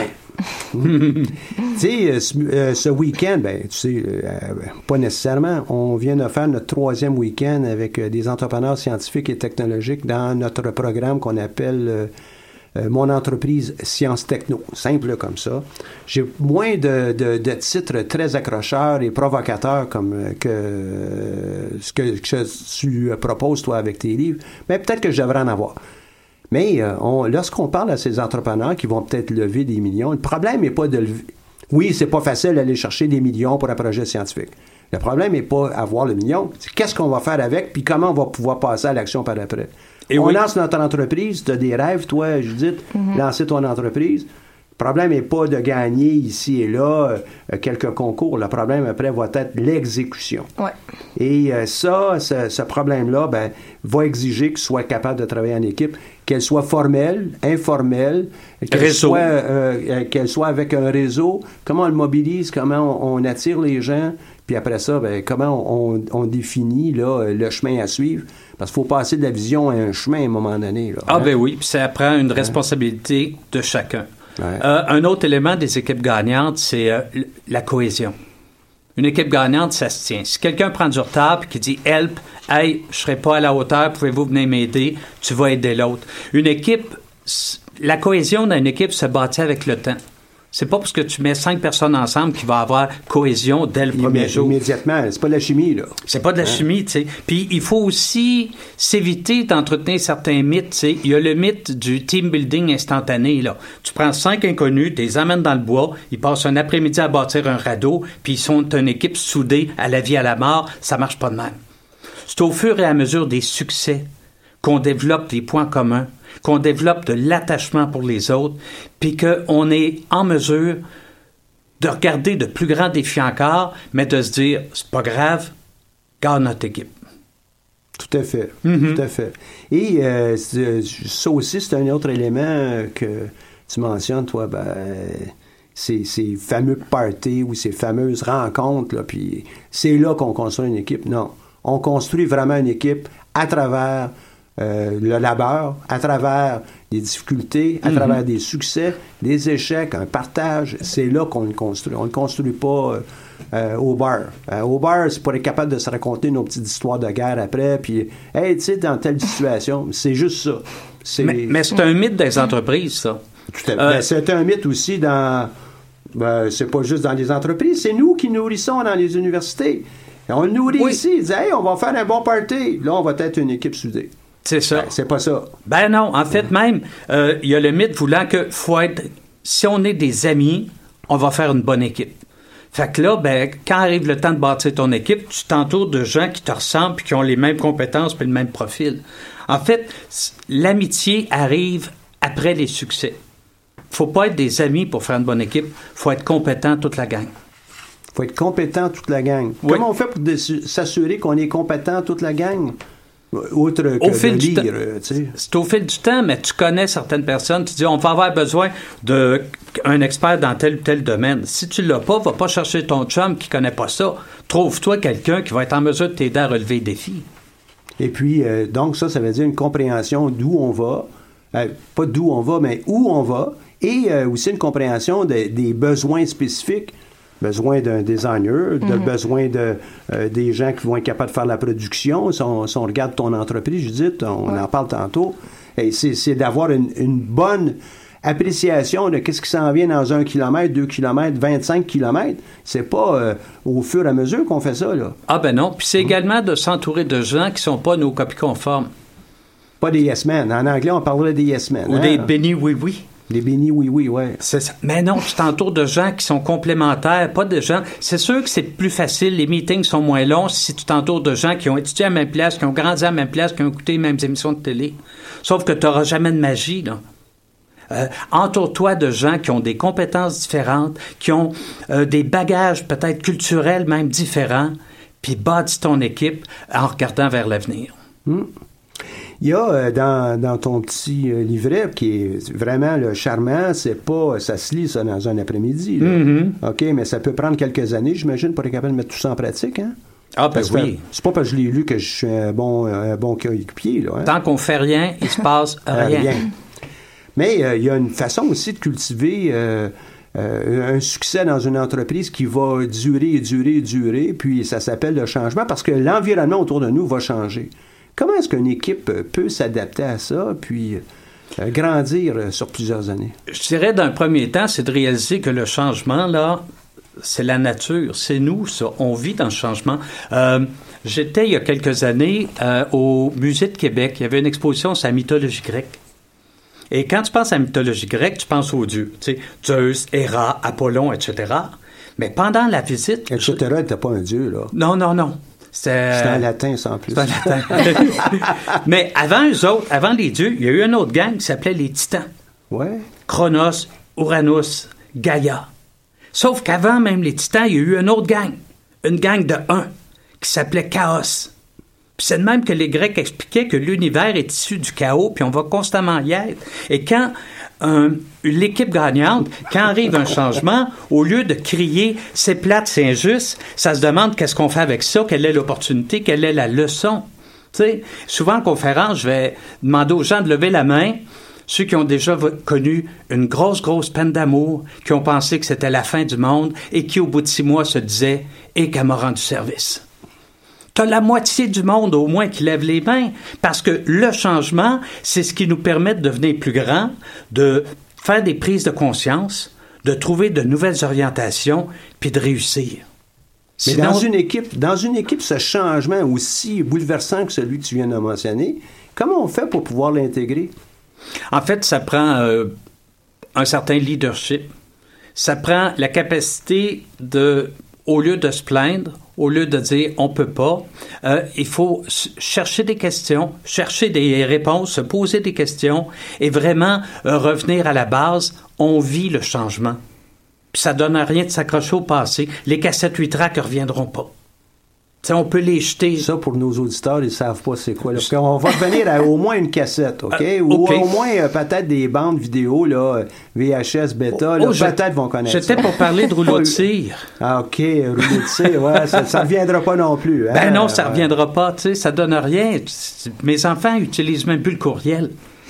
Tu sais, ce, euh, ce week-end, ben, tu sais, euh, pas nécessairement. On vient de faire notre troisième week-end avec euh, des entrepreneurs scientifiques et technologiques dans notre programme qu'on appelle euh, euh, Mon entreprise Sciences Techno. Simple comme ça. J'ai moins de, de, de titres très accrocheurs et provocateurs comme euh, que euh, ce que, que tu proposes, toi, avec tes livres. Mais peut-être que je devrais en avoir. Mais euh, on, lorsqu'on parle à ces entrepreneurs qui vont peut-être lever des millions, le problème n'est pas de lever... Oui, c'est pas facile d'aller chercher des millions pour un projet scientifique. Le problème n'est pas avoir le million, c'est qu'est-ce qu'on va faire avec, puis comment on va pouvoir passer à l'action par après. Et on oui. lance notre entreprise, tu as des rêves, toi, Judith, mm-hmm. lancer ton entreprise. Le problème n'est pas de gagner ici et là euh, quelques concours. Le problème, après, va être l'exécution. Ouais. Et euh, ça, ce, ce problème-là, ben, va exiger que tu sois capable de travailler en équipe, qu'elle soit formelle, informelle, qu'elle soit, euh, qu'elle soit avec un réseau. Comment on le mobilise, comment on, on attire les gens, puis après ça, ben, comment on, on définit là, le chemin à suivre. Parce qu'il faut passer de la vision à un chemin à un moment donné. Là, ah hein? ben oui, puis ça prend une responsabilité hein? de chacun. Ouais. Euh, un autre élément des équipes gagnantes, c'est euh, la cohésion. Une équipe gagnante, ça se tient. Si quelqu'un prend du retard et qui dit « Help, hey, je serai pas à la hauteur, pouvez-vous venir m'aider? » Tu vas aider l'autre. Une équipe, la cohésion d'une équipe se bâtit avec le temps. C'est pas parce que tu mets cinq personnes ensemble qu'il va y avoir cohésion dès le premier Immé- jour. Immédiatement. C'est pas de la chimie, là. C'est pas de la hein? chimie, tu sais. Puis il faut aussi s'éviter d'entretenir certains mythes, tu sais. Il y a le mythe du team building instantané, là. Tu prends cinq inconnus, tu les amènes dans le bois, ils passent un après-midi à bâtir un radeau, puis ils sont une équipe soudée à la vie à la mort. Ça marche pas de même. C'est au fur et à mesure des succès qu'on développe des points communs, qu'on développe de l'attachement pour les autres, puis qu'on est en mesure de regarder de plus grands défis encore, mais de se dire, c'est pas grave, garde notre équipe. Tout à fait, mm-hmm. tout à fait. Et euh, ça aussi, c'est un autre élément que tu mentionnes, toi, ben, ces, ces fameux parties ou ces fameuses rencontres, là, puis c'est là qu'on construit une équipe. Non, on construit vraiment une équipe à travers euh, le labeur, à travers des difficultés, à mm-hmm. travers des succès, des échecs, un partage. C'est là qu'on le construit. On ne le construit pas euh, euh, au bar. Euh, au bar, c'est pour être capable de se raconter nos petites histoires de guerre après, puis, hey, tu sais, dans telle situation, c'est juste ça. C'est... Mais, mais c'est un mythe des entreprises, ça. Tout à fait. Euh, ben, c'est un mythe aussi dans... Ben, c'est pas juste dans les entreprises, c'est nous qui nourrissons dans les universités. On le nourrit oui. ici, il dit, hey, on va faire un bon party. Là, on va être une équipe soudée. C'est ça. Ben, c'est pas ça. Ben non, en fait, même, il euh, y a le mythe voulant que faut être... Si on est des amis, on va faire une bonne équipe. Fait que là, ben, quand arrive le temps de bâtir ton équipe, tu t'entoures de gens qui te ressemblent puis qui ont les mêmes compétences puis le même profil. En fait, l'amitié arrive après les succès. Faut pas être des amis pour faire une bonne équipe. Faut être compétent toute la gang. Faut être compétent toute la gang. Oui. Comment on fait pour dé- s'assurer qu'on est compétent toute la gang? Outre que au fil de du lire, temps, euh, tu sais. C'est au fil du temps, mais tu connais certaines personnes, tu dis on va avoir besoin d'un expert dans tel ou tel domaine. Si tu l'as pas, va pas chercher ton chum qui connaît pas ça. Trouve-toi quelqu'un qui va être en mesure de t'aider à relever les défis. Et puis, euh, donc ça, ça veut dire une compréhension d'où on va, euh, pas d'où on va, mais où on va, et euh, aussi une compréhension de, des besoins spécifiques. Besoin d'un designer, de mm-hmm. besoin de, euh, des gens qui vont être capables de faire la production. Si on, si on regarde ton entreprise, Judith, on ouais. en parle tantôt, et c'est, c'est d'avoir une, une bonne appréciation de qu'est-ce qui s'en vient dans un kilomètre, deux kilomètres, vingt-cinq kilomètres. C'est pas euh, au fur et à mesure qu'on fait ça, là. Ah ben non. Puis c'est mm-hmm. également de s'entourer de gens qui sont pas nos copies conformes. Pas des yes men. En anglais, on parlerait des yes men. Ou hein? des bénis oui-oui. Les bénis, oui, oui, oui. C'est ça. Mais non, tu t'entoures de gens qui sont complémentaires, pas de gens... C'est sûr que c'est plus facile, les meetings sont moins longs si tu t'entoures de gens qui ont étudié à la même place, qui ont grandi à la même place, qui ont écouté les mêmes émissions de télé. Sauf que tu n'auras jamais de magie, là. Euh, entoure-toi de gens qui ont des compétences différentes, qui ont euh, des bagages peut-être culturels même différents, puis bâtis ton équipe en regardant vers l'avenir. Mmh. Il y a euh, dans, dans ton petit euh, livret qui est vraiment le charmant, c'est pas, ça se lit ça dans un après-midi. Là. Mm-hmm. OK, mais ça peut prendre quelques années, j'imagine, pour être capable de mettre tout ça en pratique, hein? Ah, ben parce oui. Que, c'est pas parce que je l'ai lu que je suis un bon, un bon coéquipier, là. Hein? Tant qu'on fait rien, il se passe rien. rien. Mais euh, il y a une façon aussi de cultiver euh, euh, un succès dans une entreprise qui va durer, durer, durer, puis ça s'appelle le changement, parce que l'environnement autour de nous va changer. Comment est-ce qu'une équipe peut s'adapter à ça, puis euh, grandir euh, sur plusieurs années? Je dirais, d'un premier temps, c'est de réaliser que le changement, là, c'est la nature, c'est nous, ça. On vit dans le changement. Euh, j'étais, il y a quelques années, euh, au Musée de Québec. Il y avait une exposition sur la mythologie grecque. Et quand tu penses à la mythologie grecque, tu penses aux dieux. Tu sais, Zeus, Héra, Apollon, et cetera. Mais pendant la visite... Et cetera n'était pas un dieu, là. Non, non, non. C'était, C'était en latin, ça, en plus. C'était en latin. Mais avant eux autres, avant les dieux, il y a eu une autre gang qui s'appelait les Titans. Ouais. Chronos, Uranus, Gaïa. Sauf qu'avant même les Titans, il y a eu une autre gang. Une gang de un qui s'appelait Chaos. Puis c'est de même que les Grecs expliquaient que l'univers est issu du chaos, puis on va constamment y être. Et quand un, l'équipe gagnante, quand arrive un changement, au lieu de crier « c'est plate, c'est injuste », ça se demande qu'est-ce qu'on fait avec ça, quelle est l'opportunité, quelle est la leçon. Tu sais, souvent en conférence, je vais demander aux gens de lever la main, ceux qui ont déjà connu une grosse, grosse peine d'amour, qui ont pensé que c'était la fin du monde et qui, au bout de six mois, se disaient « et qu'elle m'a rendu service ». T'as la moitié du monde au moins qui lève les mains, parce que le changement, c'est ce qui nous permet de devenir plus grand, de faire des prises de conscience, de trouver de nouvelles orientations, puis de réussir. Mais Sinon, dans une équipe, dans une équipe, ce changement aussi bouleversant que celui que tu viens de mentionner, comment on fait pour pouvoir l'intégrer? En fait, ça prend euh, un certain leadership. Ça prend la capacité de, au lieu de se plaindre, au lieu de dire « on peut pas euh, », il faut chercher des questions, chercher des réponses, se poser des questions et vraiment euh, revenir à la base. On vit le changement. Puis ça donne à rien de s'accrocher au passé. Les cassettes huit tracks ne reviendront pas. T'sais, on peut les jeter. Ça, pour nos auditeurs, ils ne savent pas c'est quoi. Là. On va revenir à au moins une cassette, OK? Euh, Ou okay. au moins euh, peut-être des bandes vidéo, là, V H S, bêta, là, oh, peut-être vont connaître J'étais ça. pour parler de rouleau de cire. Ah, OK, rouleau de cire, ouais, ça ne reviendra pas non plus. Hein? Ben non, ça ne reviendra pas, tu sais, ça donne rien. Mes enfants utilisent même plus le courriel.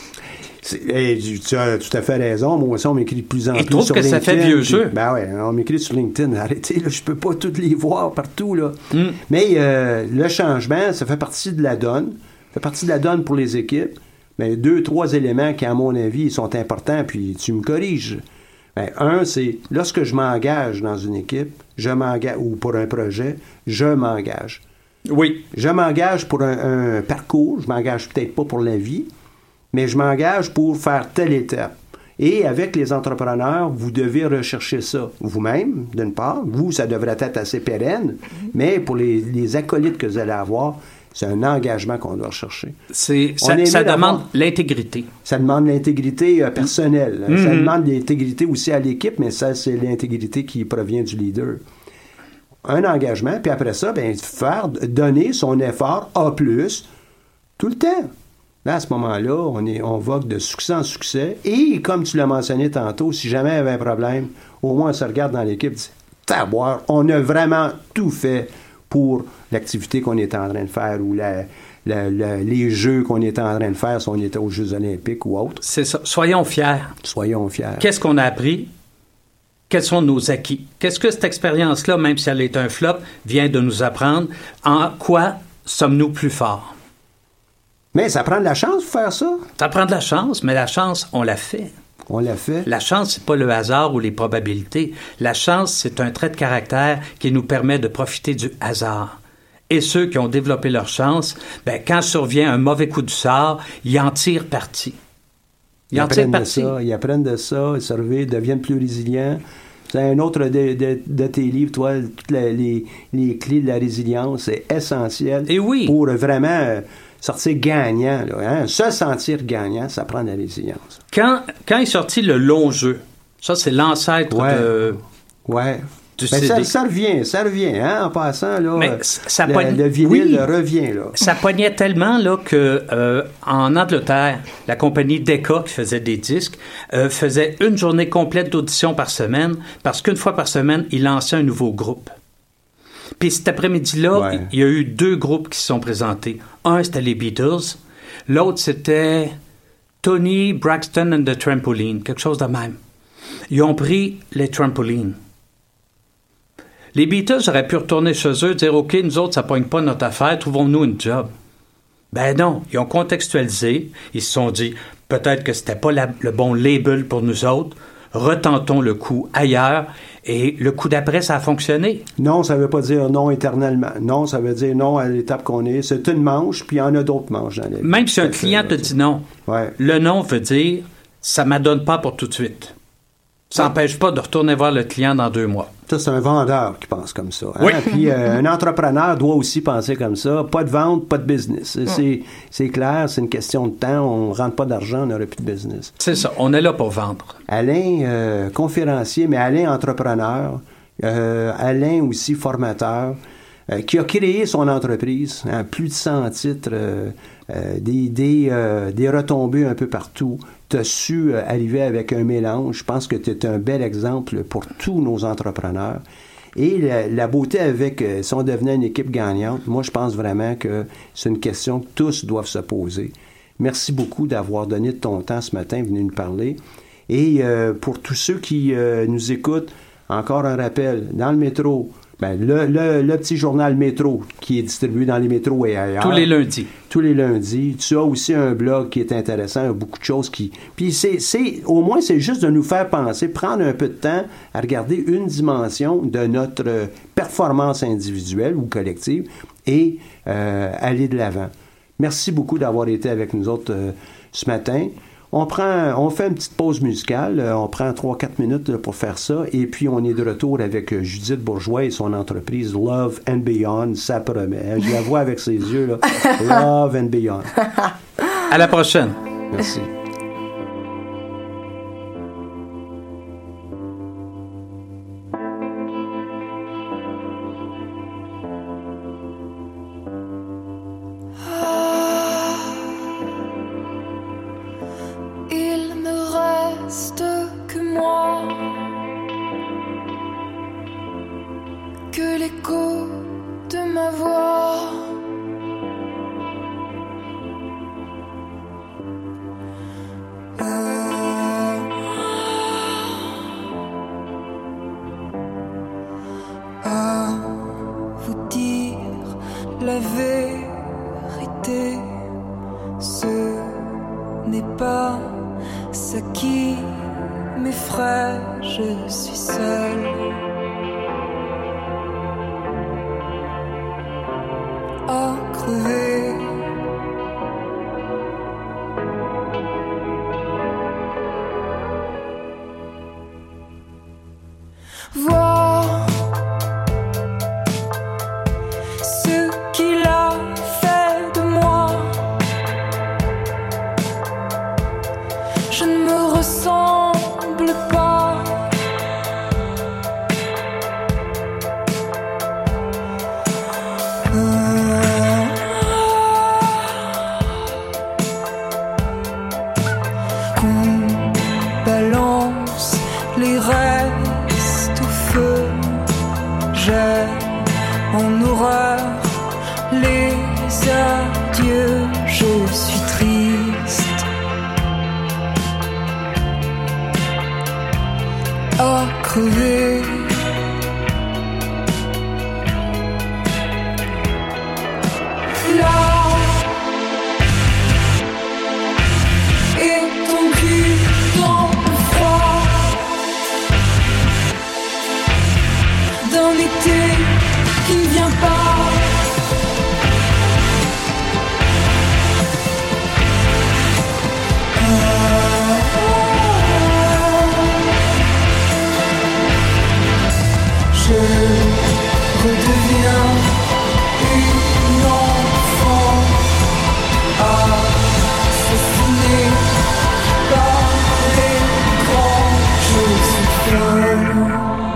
Hey, tu as tout à fait raison. Moi aussi, on m'écrit de plus en plus sur LinkedIn. que ça fait vieux jeu. Ben ouais, on m'écrit sur LinkedIn. Arrêtez, là, je peux pas toutes les voir partout, là. Mm. Mais euh, le changement, ça fait partie de la donne. Ça fait partie de la donne pour les équipes. Mais deux, trois éléments qui, à mon avis, sont importants, puis tu me corriges. Ben, un, c'est lorsque je m'engage dans une équipe, je m'engage, ou pour un projet, je m'engage. Oui. Je m'engage pour un, un parcours. Je m'engage peut-être pas pour la vie, mais je m'engage pour faire telle étape. Et avec les entrepreneurs, vous devez rechercher ça vous-même, d'une part. Vous, ça devrait être assez pérenne, mais pour les, les acolytes que vous allez avoir, c'est un engagement qu'on doit rechercher. C'est, ça ça demande l'intégrité. Ça demande l'intégrité euh, personnelle. Mm-hmm. Ça demande l'intégrité aussi à l'équipe, mais ça, c'est l'intégrité qui provient du leader. Un engagement, puis après ça, bien, faire, donner son effort A plus, tout le temps. Là, à ce moment-là, on, est, on vogue de succès en succès. Et, comme tu l'as mentionné tantôt, si jamais il y avait un problème, au moins on se regarde dans l'équipe et dit « Taboire, on a vraiment tout fait pour l'activité qu'on est en train de faire ou la, la, la, les jeux qu'on est en train de faire si on était aux Jeux olympiques ou autres. » C'est ça. Soyons fiers. Soyons fiers. Qu'est-ce qu'on a appris? Quels sont nos acquis? Qu'est-ce que cette expérience-là, même si elle est un flop, vient de nous apprendre? En quoi sommes-nous plus forts? Mais ça prend de la chance pour faire ça. Ça prend de la chance, mais la chance, on l'a fait. On l'a fait. La chance, c'est pas le hasard ou les probabilités. La chance, c'est un trait de caractère qui nous permet de profiter du hasard. Et ceux qui ont développé leur chance, ben, quand survient un mauvais coup du sort, ils en tirent parti. Ils, ils en tirent parti. Ça, ils apprennent de ça, ils survivent, deviennent plus résilients. C'est un autre de, de, de tes livres, toi, toutes les, les, les clés de la résilience, c'est essentiel. Et oui. Pour vraiment... Euh, sortir gagnant, là, hein? Se sentir gagnant, ça prend de la résilience. Quand, quand est sorti le long jeu, ça, c'est l'ancêtre ouais. de... Ouais. Du ben ça, ça revient, ça revient, hein, en passant, là. Mais ça le, pogne... le vinyle oui. revient, là. Ça pognait tellement, là, que euh, en Angleterre, la compagnie Decca, qui faisait des disques, euh, faisait une journée complète d'audition par semaine, parce qu'une fois par semaine, ils lançaient un nouveau groupe. Puis cet après-midi-là, ouais. il y a eu deux groupes qui se sont présentés. Un, c'était les Beatles. L'autre, c'était Tony Braxton and the Trampoline, quelque chose de même. Ils ont pris les trampolines. Les Beatles auraient pu retourner chez eux et dire « OK, nous autres, ça pogne pas notre affaire, trouvons-nous une job. » Ben non, ils ont contextualisé. Ils se sont dit « Peut-être que c'était pas la, le bon label pour nous autres. Retentons le coup ailleurs. » Et le coup d'après, ça a fonctionné. Non, ça ne veut pas dire non éternellement. Non, ça veut dire non à l'étape qu'on est. C'est une manche, puis il y en a d'autres manches dans la vie. Même si un client te dit non, ouais. le non veut dire ça ne m'adonne pas pour tout de suite. Ça n'empêche pas de retourner voir le client dans deux mois. Ça, c'est un vendeur qui pense comme ça. Hein? Oui. Puis euh, un entrepreneur doit aussi penser comme ça. Pas de vente, pas de business. Mm. C'est, c'est clair, c'est une question de temps. On ne rentre pas d'argent, on n'aurait plus de business. C'est ça, on est là pour vendre. Alain, euh, conférencier, mais Alain, entrepreneur. Euh, Alain aussi, formateur, euh, qui a créé son entreprise. Hein, plus de cent titres, euh, euh, des, des, euh, des retombées un peu partout. Tu as su euh, arriver avec un mélange. Je pense que tu es un bel exemple pour tous nos entrepreneurs. Et la, la beauté avec, euh, si on devenait une équipe gagnante, moi, je pense vraiment que c'est une question que tous doivent se poser. Merci beaucoup d'avoir donné de ton temps ce matin, venu nous parler. Et euh, pour tous ceux qui euh, nous écoutent, encore un rappel, dans le métro, ben, le, le, le petit journal Métro qui est distribué dans les métros et ailleurs. Tous les lundis. Tous les lundis. Tu as aussi un blog qui est intéressant, il y a beaucoup de choses qui... Puis c'est, c'est, au moins, c'est juste de nous faire penser, prendre un peu de temps à regarder une dimension de notre performance individuelle ou collective et euh, aller de l'avant. Merci beaucoup d'avoir été avec nous autres euh, ce matin. On prend, on fait une petite pause musicale, on prend trois quatre minutes pour faire ça, et puis on est de retour avec Judith Bourgeois et son entreprise Love and Beyond, ça promet. Je la vois avec ses yeux, là. Love and Beyond. À la prochaine. Merci. l'écho de ma voix. À vous dire la vérité, ce n'est pas ce qui m'effraie, je suis seule. À crever. Voir ce qu'il a fait de moi. Je ne me ressemble pas. Euh... Qu'on balance les restes au feu. J'ai en horreur les adieux. Je suis triste. À crever. Là, étendu dans le froid d'un été qui ne vient pas. Je redeviens une enfant assassinée par l'écran. Je suis folle.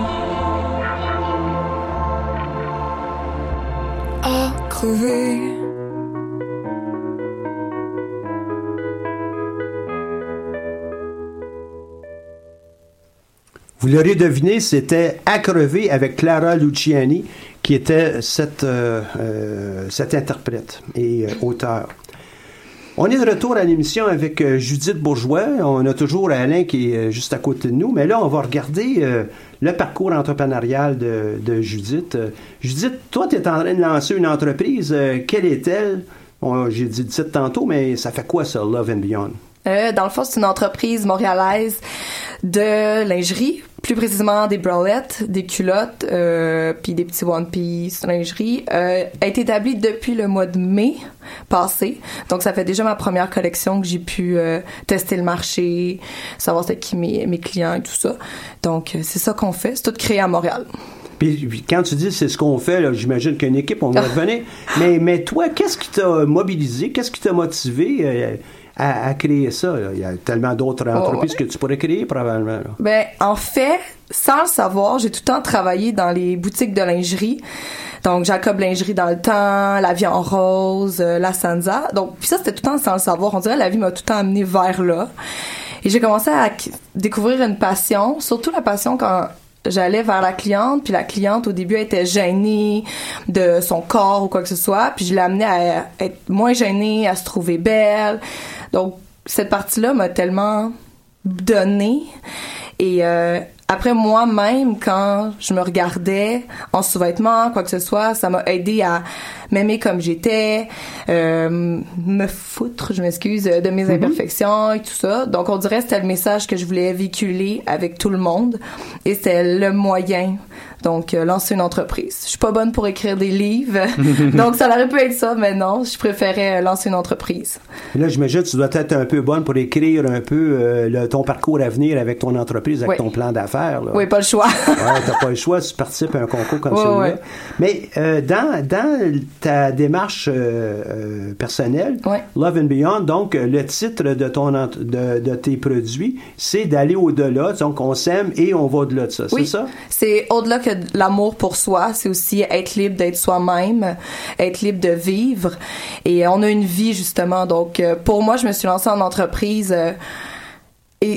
À crever. Vous l'aurez deviné, c'était À crever avec Clara Luciani, qui était cette, euh, euh, cette interprète et euh, auteur. On est de retour à l'émission avec euh, Judith Bourgeois. On a toujours Alain qui est juste à côté de nous, mais là, on va regarder euh, le parcours entrepreneurial de, de Judith. Euh, Judith, toi, tu es en train de lancer une entreprise. Euh, quelle est-elle? Bon, j'ai dit le titre tantôt, mais ça fait quoi, ça, Love and Beyond? Euh, dans le fond, c'est une entreprise montréalaise de lingerie, plus précisément des bralettes, des culottes, euh, puis des petits one piece lingerie. Euh, a été établie depuis le mois de mai passé. Donc, ça fait déjà ma première collection que j'ai pu euh, tester le marché, savoir c'était qui mes, mes clients et tout ça. Donc, euh, c'est ça qu'on fait. C'est tout créé à Montréal. Puis, puis quand tu dis c'est ce qu'on fait, là, j'imagine qu'une équipe, on va revenir. mais, mais toi, qu'est-ce qui t'a mobilisé? Qu'est-ce qui t'a motivé euh, À, à créer ça? Là. Il y a tellement d'autres entreprises oh, ouais. que tu pourrais créer, probablement. Là. Ben, en fait, sans le savoir, j'ai tout le temps travaillé dans les boutiques de lingerie. Donc, Jacob Lingerie dans le temps, La Vie en Rose, euh, La Sansa. Donc, puis ça, c'était tout le temps sans le savoir. On dirait que la vie m'a tout le temps amené vers là. Et j'ai commencé à découvrir une passion, surtout la passion quand j'allais vers la cliente, puis la cliente, au début, elle était gênée de son corps ou quoi que ce soit, puis je l'ai amenée à être moins gênée, à se trouver belle. Donc, cette partie-là m'a tellement donné. Et euh, après, moi-même, quand je me regardais en sous-vêtements, quoi que ce soit, ça m'a aidé à m'aimer comme j'étais, euh, me foutre, je m'excuse, de mes mm-hmm. imperfections et tout ça. Donc, on dirait que c'était le message que je voulais véhiculer avec tout le monde. Et c'était le moyen. Donc, euh, lancer une entreprise. Je suis pas bonne pour écrire des livres. Donc, ça aurait pu être ça, mais non, je préférais euh, lancer une entreprise. Et là, j'imagine que tu dois être un peu bonne pour écrire un peu euh, le, ton parcours à venir avec ton entreprise, avec oui. ton plan d'affaires. Là. Oui, pas le choix. Ouais, t'as pas le choix si tu participes à un concours comme oui, celui-là. Oui. Mais euh, dans, dans ta démarche euh, euh, personnelle, oui. Love and Beyond, donc le titre de, ton, de, de tes produits, c'est d'aller au-delà. Donc, on s'aime et on va au-delà de ça. Oui. C'est ça? C'est au-delà que l'amour pour soi, c'est aussi être libre d'être soi-même, être libre de vivre. Et on a une vie, justement. Donc, pour moi, je me suis lancée en entreprise euh, et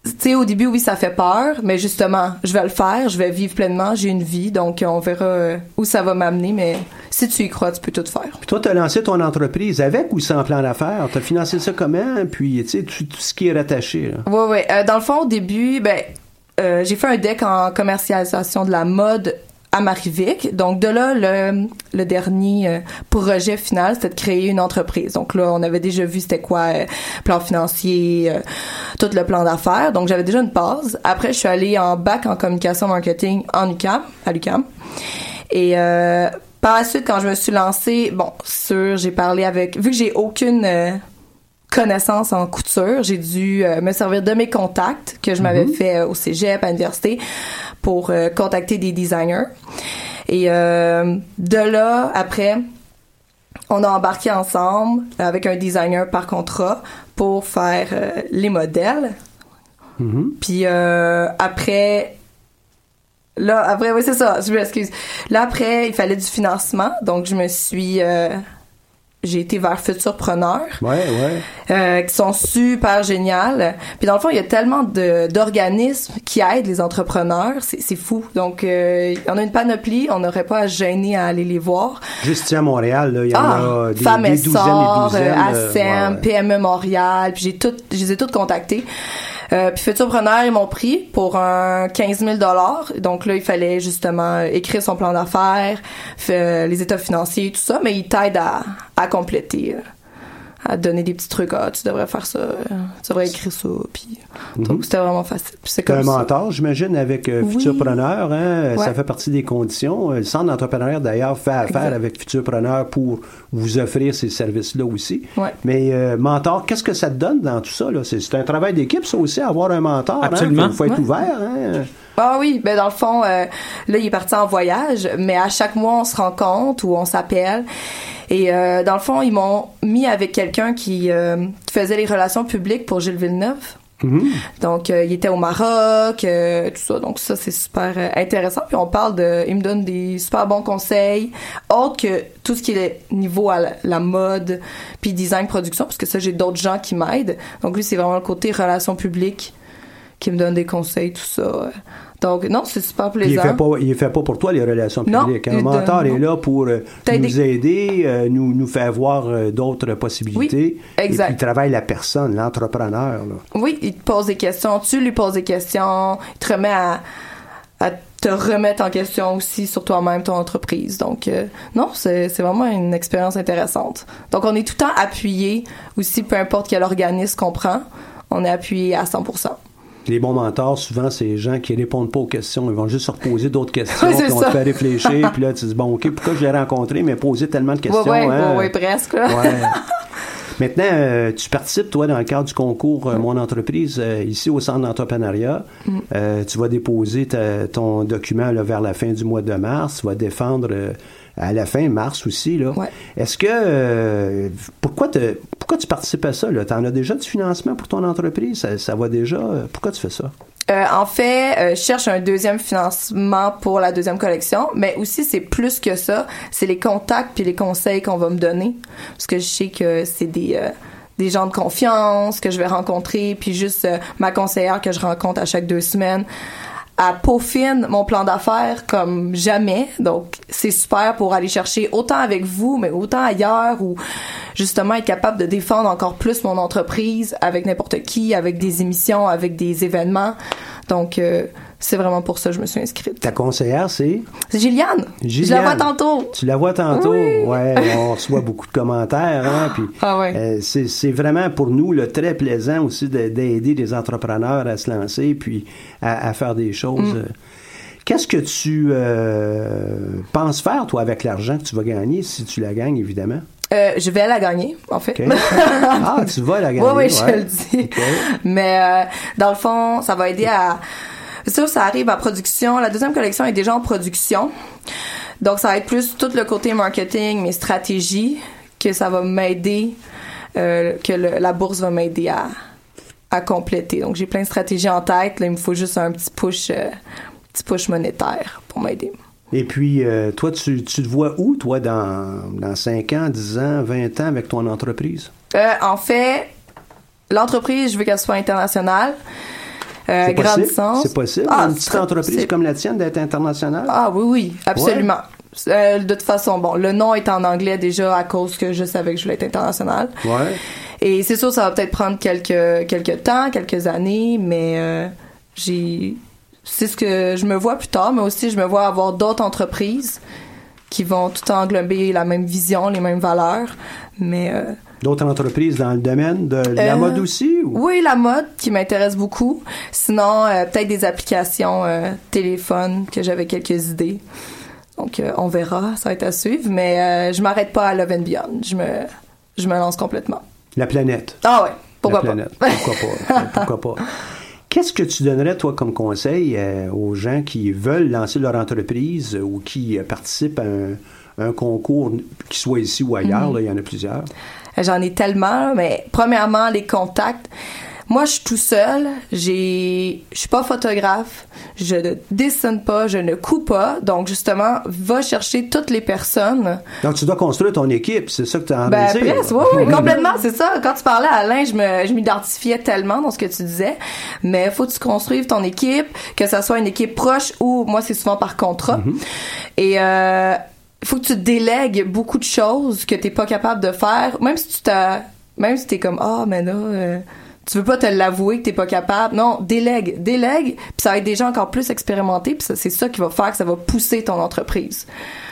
tu sais, au début, oui, ça fait peur, mais justement, je vais le faire, je vais vivre pleinement, j'ai une vie, donc on verra euh, où ça va m'amener, mais si tu y crois, tu peux tout faire. Puis toi, tu as lancé ton entreprise avec ou sans plan d'affaires? Tu as financé ça comment? Puis, tu sais, tout, tout ce qui est rattaché. Oui, oui. Euh, dans le fond, au début, ben, euh, j'ai fait un deck en commercialisation de la mode à Marivic. Donc, de là, le, le dernier euh, projet final, c'était de créer une entreprise. Donc là, on avait déjà vu c'était quoi, euh, plan financier, euh, tout le plan d'affaires. Donc, j'avais déjà une base. Après, je suis allée en bac en communication marketing en U Q A M, à l'U Q A M. Et euh, par la suite, quand je me suis lancée, bon, sûr, j'ai parlé avec... Vu que j'ai aucune... Euh, connaissance en couture, j'ai dû euh, me servir de mes contacts que je m'avais mm-hmm. fait euh, au cégep, à l'université, pour euh, contacter des designers. Et euh, de là, après, on a embarqué ensemble avec un designer par contrat pour faire euh, les modèles. Mm-hmm. Puis euh, après... Là, après, oui, c'est ça, je m'excuse. Là, après, il fallait du financement, donc je me suis... Euh, j'ai été vers Futurpreneur. Ouais, ouais. Euh, qui sont super géniales. Puis dans le fond, il y a tellement de, d'organismes qui aident les entrepreneurs. C'est, c'est fou. Donc, euh, il y en a une panoplie. On n'aurait pas à se gêner à aller les voir. Juste ici à Montréal, là, il y en ah, a des, Femmes des douzaines et douzaines. Euh, A S E M, ouais, ouais. P M E Montréal. Puis j'ai toutes, je les ai toutes contactées. Euh, puis Futurpreneur, ils m'ont pris pour un quinze mille dollars. Donc là, il fallait justement écrire son plan d'affaires, faire les états financiers, tout ça. Mais ils t'aident à, à compléter, à donner des petits trucs. Ah, tu devrais faire ça, tu devrais écrire ça. Puis mm-hmm. donc c'était vraiment facile. Puis c'est comme un ça. mentor, j'imagine, avec euh, oui. Futurpreneur. Hein? Ouais. Ça fait partie des conditions. Le centre d'entrepreneuriat, d'ailleurs, fait affaire exact. Avec Futurpreneur pour vous offrir ces services-là aussi. Ouais. Mais euh, mentor, qu'est-ce que ça te donne dans tout ça? Là? C'est, c'est un travail d'équipe, ça aussi, avoir un mentor. Absolument. Il hein? faut, faut être ouais. ouvert. Hein? Ah oui, ben dans le fond, euh, là, il est parti en voyage, mais à chaque mois, on se rencontre ou on s'appelle. Et euh, dans le fond, ils m'ont mis avec quelqu'un qui, euh, qui faisait les relations publiques pour Gilles Villeneuve. Mm-hmm. Donc, euh, il était au Maroc, euh, tout ça. Donc, ça, c'est super euh, intéressant. Puis, on parle de... Il me donne des super bons conseils, autres que tout ce qui est niveau à la, la mode, puis design, production, parce que ça, j'ai d'autres gens qui m'aident. Donc, lui, c'est vraiment le côté relations publiques qui me donne des conseils, tout ça. Donc, non, c'est super plaisant. Il ne fait pas, il fait pas pour toi les relations publiques. Non, un mentor est là pour euh, nous aider, euh, nous, nous faire voir euh, d'autres possibilités. Oui, exact. Et puis, il travaille la personne, l'entrepreneur. Là. Oui, il te pose des questions, tu lui poses des questions, il te remet à, à te remettre en question aussi sur toi-même, ton entreprise. Donc, euh, non, c'est, c'est vraiment une expérience intéressante. Donc, on est tout le temps appuyé aussi, peu importe quel organisme qu'on prend, on est appuyé à cent pour cent. Les bons mentors, souvent, c'est les gens qui répondent pas aux questions. Ils vont juste se reposer d'autres questions, oui, puis on te fait réfléchir, puis là, tu te dis, bon, OK, pourquoi je l'ai rencontré, mais poser tellement de questions. Oui, oui, hein? oui, presque. Ouais. Maintenant, euh, tu participes, toi, dans le cadre du concours euh, Mon entreprise, euh, ici au Centre d'entrepreneuriat. Mm. Euh, tu vas déposer ta, ton document là, vers la fin du mois de mars. Tu vas défendre... Euh, à la fin mars aussi, là. Ouais. Est-ce que... Euh, pourquoi, te, pourquoi tu participes à ça, là? T'en as déjà du financement pour ton entreprise? Ça, ça va déjà... Pourquoi tu fais ça? Euh, en fait, euh, je cherche un deuxième financement pour la deuxième collection, mais aussi, c'est plus que ça. C'est les contacts puis les conseils qu'on va me donner. Parce que je sais que c'est des... Euh, des gens de confiance que je vais rencontrer, puis juste euh, ma conseillère que je rencontre à chaque deux semaines. Elle peaufine mon plan d'affaires comme jamais. Donc, c'est super pour aller chercher autant avec vous, mais autant ailleurs, ou justement être capable de défendre encore plus mon entreprise avec n'importe qui, avec des émissions, avec des événements. Donc, euh, c'est vraiment pour ça que je me suis inscrite. Ta conseillère, c'est? C'est Gilliane. Gilliane. Je la vois tantôt. Tu la vois tantôt? Oui. Ouais, on reçoit beaucoup de commentaires. Hein, puis, ah ouais. euh, c'est, c'est vraiment pour nous là, très plaisant aussi de, d'aider les entrepreneurs à se lancer puis à, à faire des choses. Mm. Qu'est-ce que tu euh, penses faire, toi, avec l'argent que tu vas gagner, si tu la gagnes, évidemment? Euh, je vais la gagner, en fait. Okay. Ah, tu vas la gagner? Oui, oui, ouais. je le dis. Okay. Mais euh, dans le fond, ça va aider à... Ça, ça arrive à production. La deuxième collection est déjà en production. Donc, ça va être plus tout le côté marketing, mes stratégies, que ça va m'aider, euh, que le, la bourse va m'aider à, à compléter. Donc, j'ai plein de stratégies en tête. Là, il me faut juste un petit push, euh, petit push monétaire pour m'aider. Et puis, euh, toi, tu, tu te vois où, toi, dans, dans cinq ans, dix ans, vingt ans avec ton entreprise? Euh, en fait, l'entreprise, je veux qu'elle soit internationale. Euh, c'est grandissant. Possible? C'est possible, ah, une petite entreprise c'est... comme la tienne d'être internationale? Ah oui, oui, absolument. Ouais. Euh, de toute façon, bon, le nom est en anglais déjà à cause que je savais que je voulais être international. Ouais. Et c'est sûr, ça va peut-être prendre quelques, quelques temps, quelques années, mais euh, j'ai... c'est ce que je me vois plus tard, mais aussi je me vois avoir d'autres entreprises qui vont tout englober la même vision, les mêmes valeurs, mais... Euh, D'autres entreprises dans le domaine de la euh, mode aussi? Ou? Oui, la mode qui m'intéresse beaucoup. Sinon, euh, peut-être des applications euh, téléphone que j'avais quelques idées. Donc, euh, on verra, ça va être à suivre. Mais euh, je m'arrête pas à Love and Beyond. Je me, je me lance complètement. La planète. Ah ouais, pourquoi la pas? Planète. Pourquoi pas? Pourquoi pas? Qu'est-ce que tu donnerais, toi, comme conseil euh, aux gens qui veulent lancer leur entreprise euh, ou qui euh, participent à un, un concours, qu'il soit ici ou ailleurs? Mm-hmm. Là, il y en a plusieurs. J'en ai tellement, mais premièrement, les contacts. Moi, je suis tout seul. J'ai, je suis pas photographe. Je ne dessine pas. Je ne couds pas. Donc, justement, va chercher toutes les personnes. Donc, tu dois construire ton équipe. C'est ça que tu as envie ben, de dire. Presque, oui, oui, complètement. C'est ça. Quand tu parlais à Alain, je me, je m'identifiais tellement dans ce que tu disais. Mais il faut que tu construises ton équipe, que ça soit une équipe proche ou, moi, c'est souvent par contrat. Mm-hmm. Et, euh, il faut que tu délègues beaucoup de choses que t'es pas capable de faire, même si tu t'as, même si t'es comme ah oh, mais là euh, tu veux pas te l'avouer que t'es pas capable. Non, délègue, délègue, puis ça va être des gens encore plus expérimentés, puis c'est ça qui va faire que ça va pousser ton entreprise.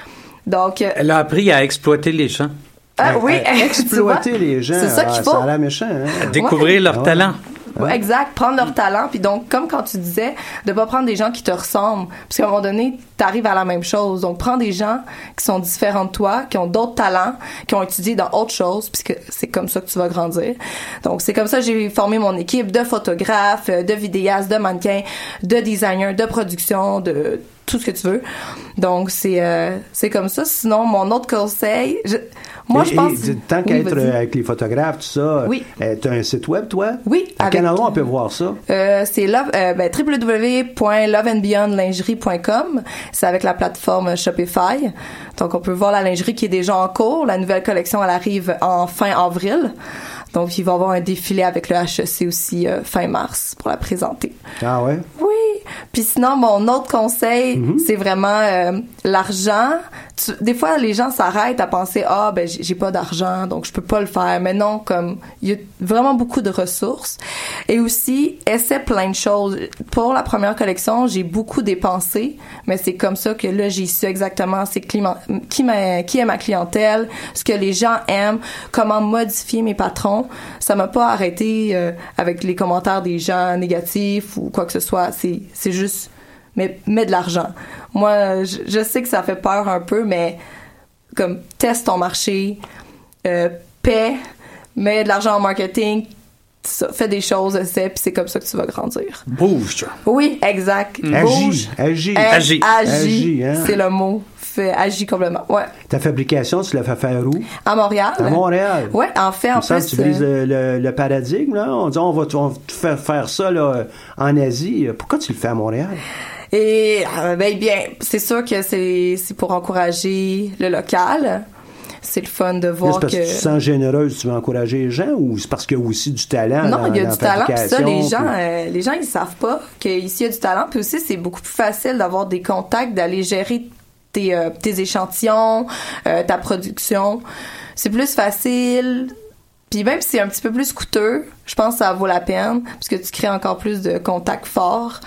Donc euh, elle a appris à exploiter les gens. Ah oui, exploiter les gens. C'est ça qu'il faut. Ça a l'air méchant. Hein? Découvrir ouais. leur ouais. talent. Ouais, exact, prendre leur talent, puis donc comme quand tu disais de pas prendre des gens qui te ressemblent, parce qu'à un moment donné t'arrives à la même chose, donc prends des gens qui sont différents de toi, qui ont d'autres talents, qui ont étudié dans autre chose, puisque c'est comme ça que tu vas grandir. Donc c'est comme ça que j'ai formé mon équipe de photographes, de vidéastes, de mannequins, de designers, de production, de tout ce que tu veux. Donc c'est euh, c'est comme ça. Sinon mon autre conseil, je, moi et, je pense et, tant qu'à oui, être vas-y. Avec les photographes tout ça, oui. euh, tu as un site web toi? Oui. À avec, quel endroit on peut voir ça? Euh, c'est love, euh, ben, w w w point love and beyond lingerie point com. C'est avec la plateforme Shopify. Donc on peut voir la lingerie qui est déjà en cours. La nouvelle collection elle arrive en fin avril. Donc il va y avoir un défilé avec le H E C aussi euh, fin mars pour la présenter. Ah ouais? Oui. Puis sinon, mon autre conseil, mm-hmm. c'est vraiment euh, l'argent. Tu, des fois, les gens s'arrêtent à penser « Ah, ben j'ai, j'ai pas d'argent, donc je peux pas le faire. » Mais non, comme il y a vraiment beaucoup de ressources. Et aussi, essaie plein de choses. Pour la première collection, j'ai beaucoup dépensé, mais c'est comme ça que là, j'ai su exactement c'est clima, qui, m'a, qui est ma clientèle, ce que les gens aiment, comment modifier mes patrons. Ça m'a pas arrêté euh, avec les commentaires des gens négatifs ou quoi que ce soit. C'est, c'est juste... mais mets de l'argent. Moi, je, je sais que ça fait peur un peu, mais comme teste ton marché, euh, paie, mets de l'argent en marketing, ça, fais des choses, essaie, puis c'est comme ça que tu vas grandir. Bouge. Oui, exact. Mmh. Agis, agis. Agis. Agis, hein? C'est le mot. Fais, agis complètement, ouais. Ta fabrication, tu l'as fait faire où? À Montréal. À Montréal? Oui, en fait, en fait. plus... Tu brises le, le, le paradigme, là. On dit, on va, on va te faire faire ça, là, en Asie. Pourquoi tu le fais à Montréal? Et, euh, ben, bien, c'est sûr que c'est, c'est pour encourager le local. C'est le fun de voir c'est parce que... que tu te sens généreuse, tu veux encourager les gens, ou c'est parce qu'il y a aussi du talent? Non, dans, il y a dans du talent, puis ça, les gens, puis... euh, les gens, ils savent pas qu'ici, il y a du talent, puis aussi, c'est beaucoup plus facile d'avoir des contacts, d'aller gérer tes, euh, tes échantillons, euh, ta production. C'est plus facile... Puis même si c'est un petit peu plus coûteux, je pense que ça vaut la peine, parce que tu crées encore plus de contacts forts.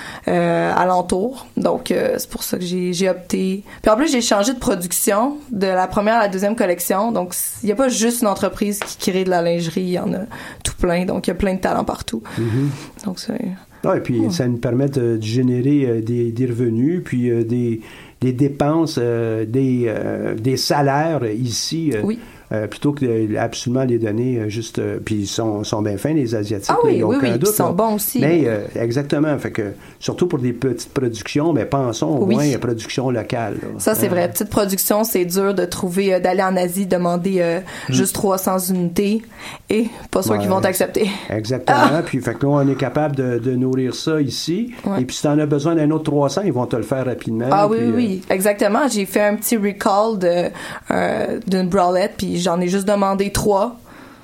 Euh, alentour. Donc, euh, c'est pour ça que j'ai, j'ai opté. Puis en plus, j'ai changé de production de la première à la deuxième collection. Donc, il n'y a pas juste une entreprise qui crée de la lingerie. Il y en a tout plein. Donc, il y a plein de talents partout. Mm-hmm. Donc, c'est... Ah, et puis, oh. ça nous permet de, de générer euh, des, des revenus, puis euh, des, des dépenses, euh, des, euh, des salaires ici. Euh, oui. Euh, plutôt que de absolument les donner euh, juste... Euh, puis ils sont, sont bien fins, les Asiatiques. Ah oui, là, oui, aucun oui, doute, ils sont là. bons aussi. Mais euh, exactement, fait que surtout pour des petites productions, mais pensons au oui. moins à production locale. Là. Ça, c'est euh, vrai. Petite production, c'est dur de trouver, euh, d'aller en Asie, demander euh, mm. juste trois cents unités et pas sûr ouais, qu'ils vont t'accepter. Exactement. Ah. Puis fait que là, on est capable de, de nourrir ça ici. Ouais. Et puis si t'en as besoin d'un autre trois cents, ils vont te le faire rapidement. Ah oui, puis, oui, oui. Euh... Exactement. J'ai fait un petit recall de, euh, d'une bralette, puis j'en ai juste demandé trois.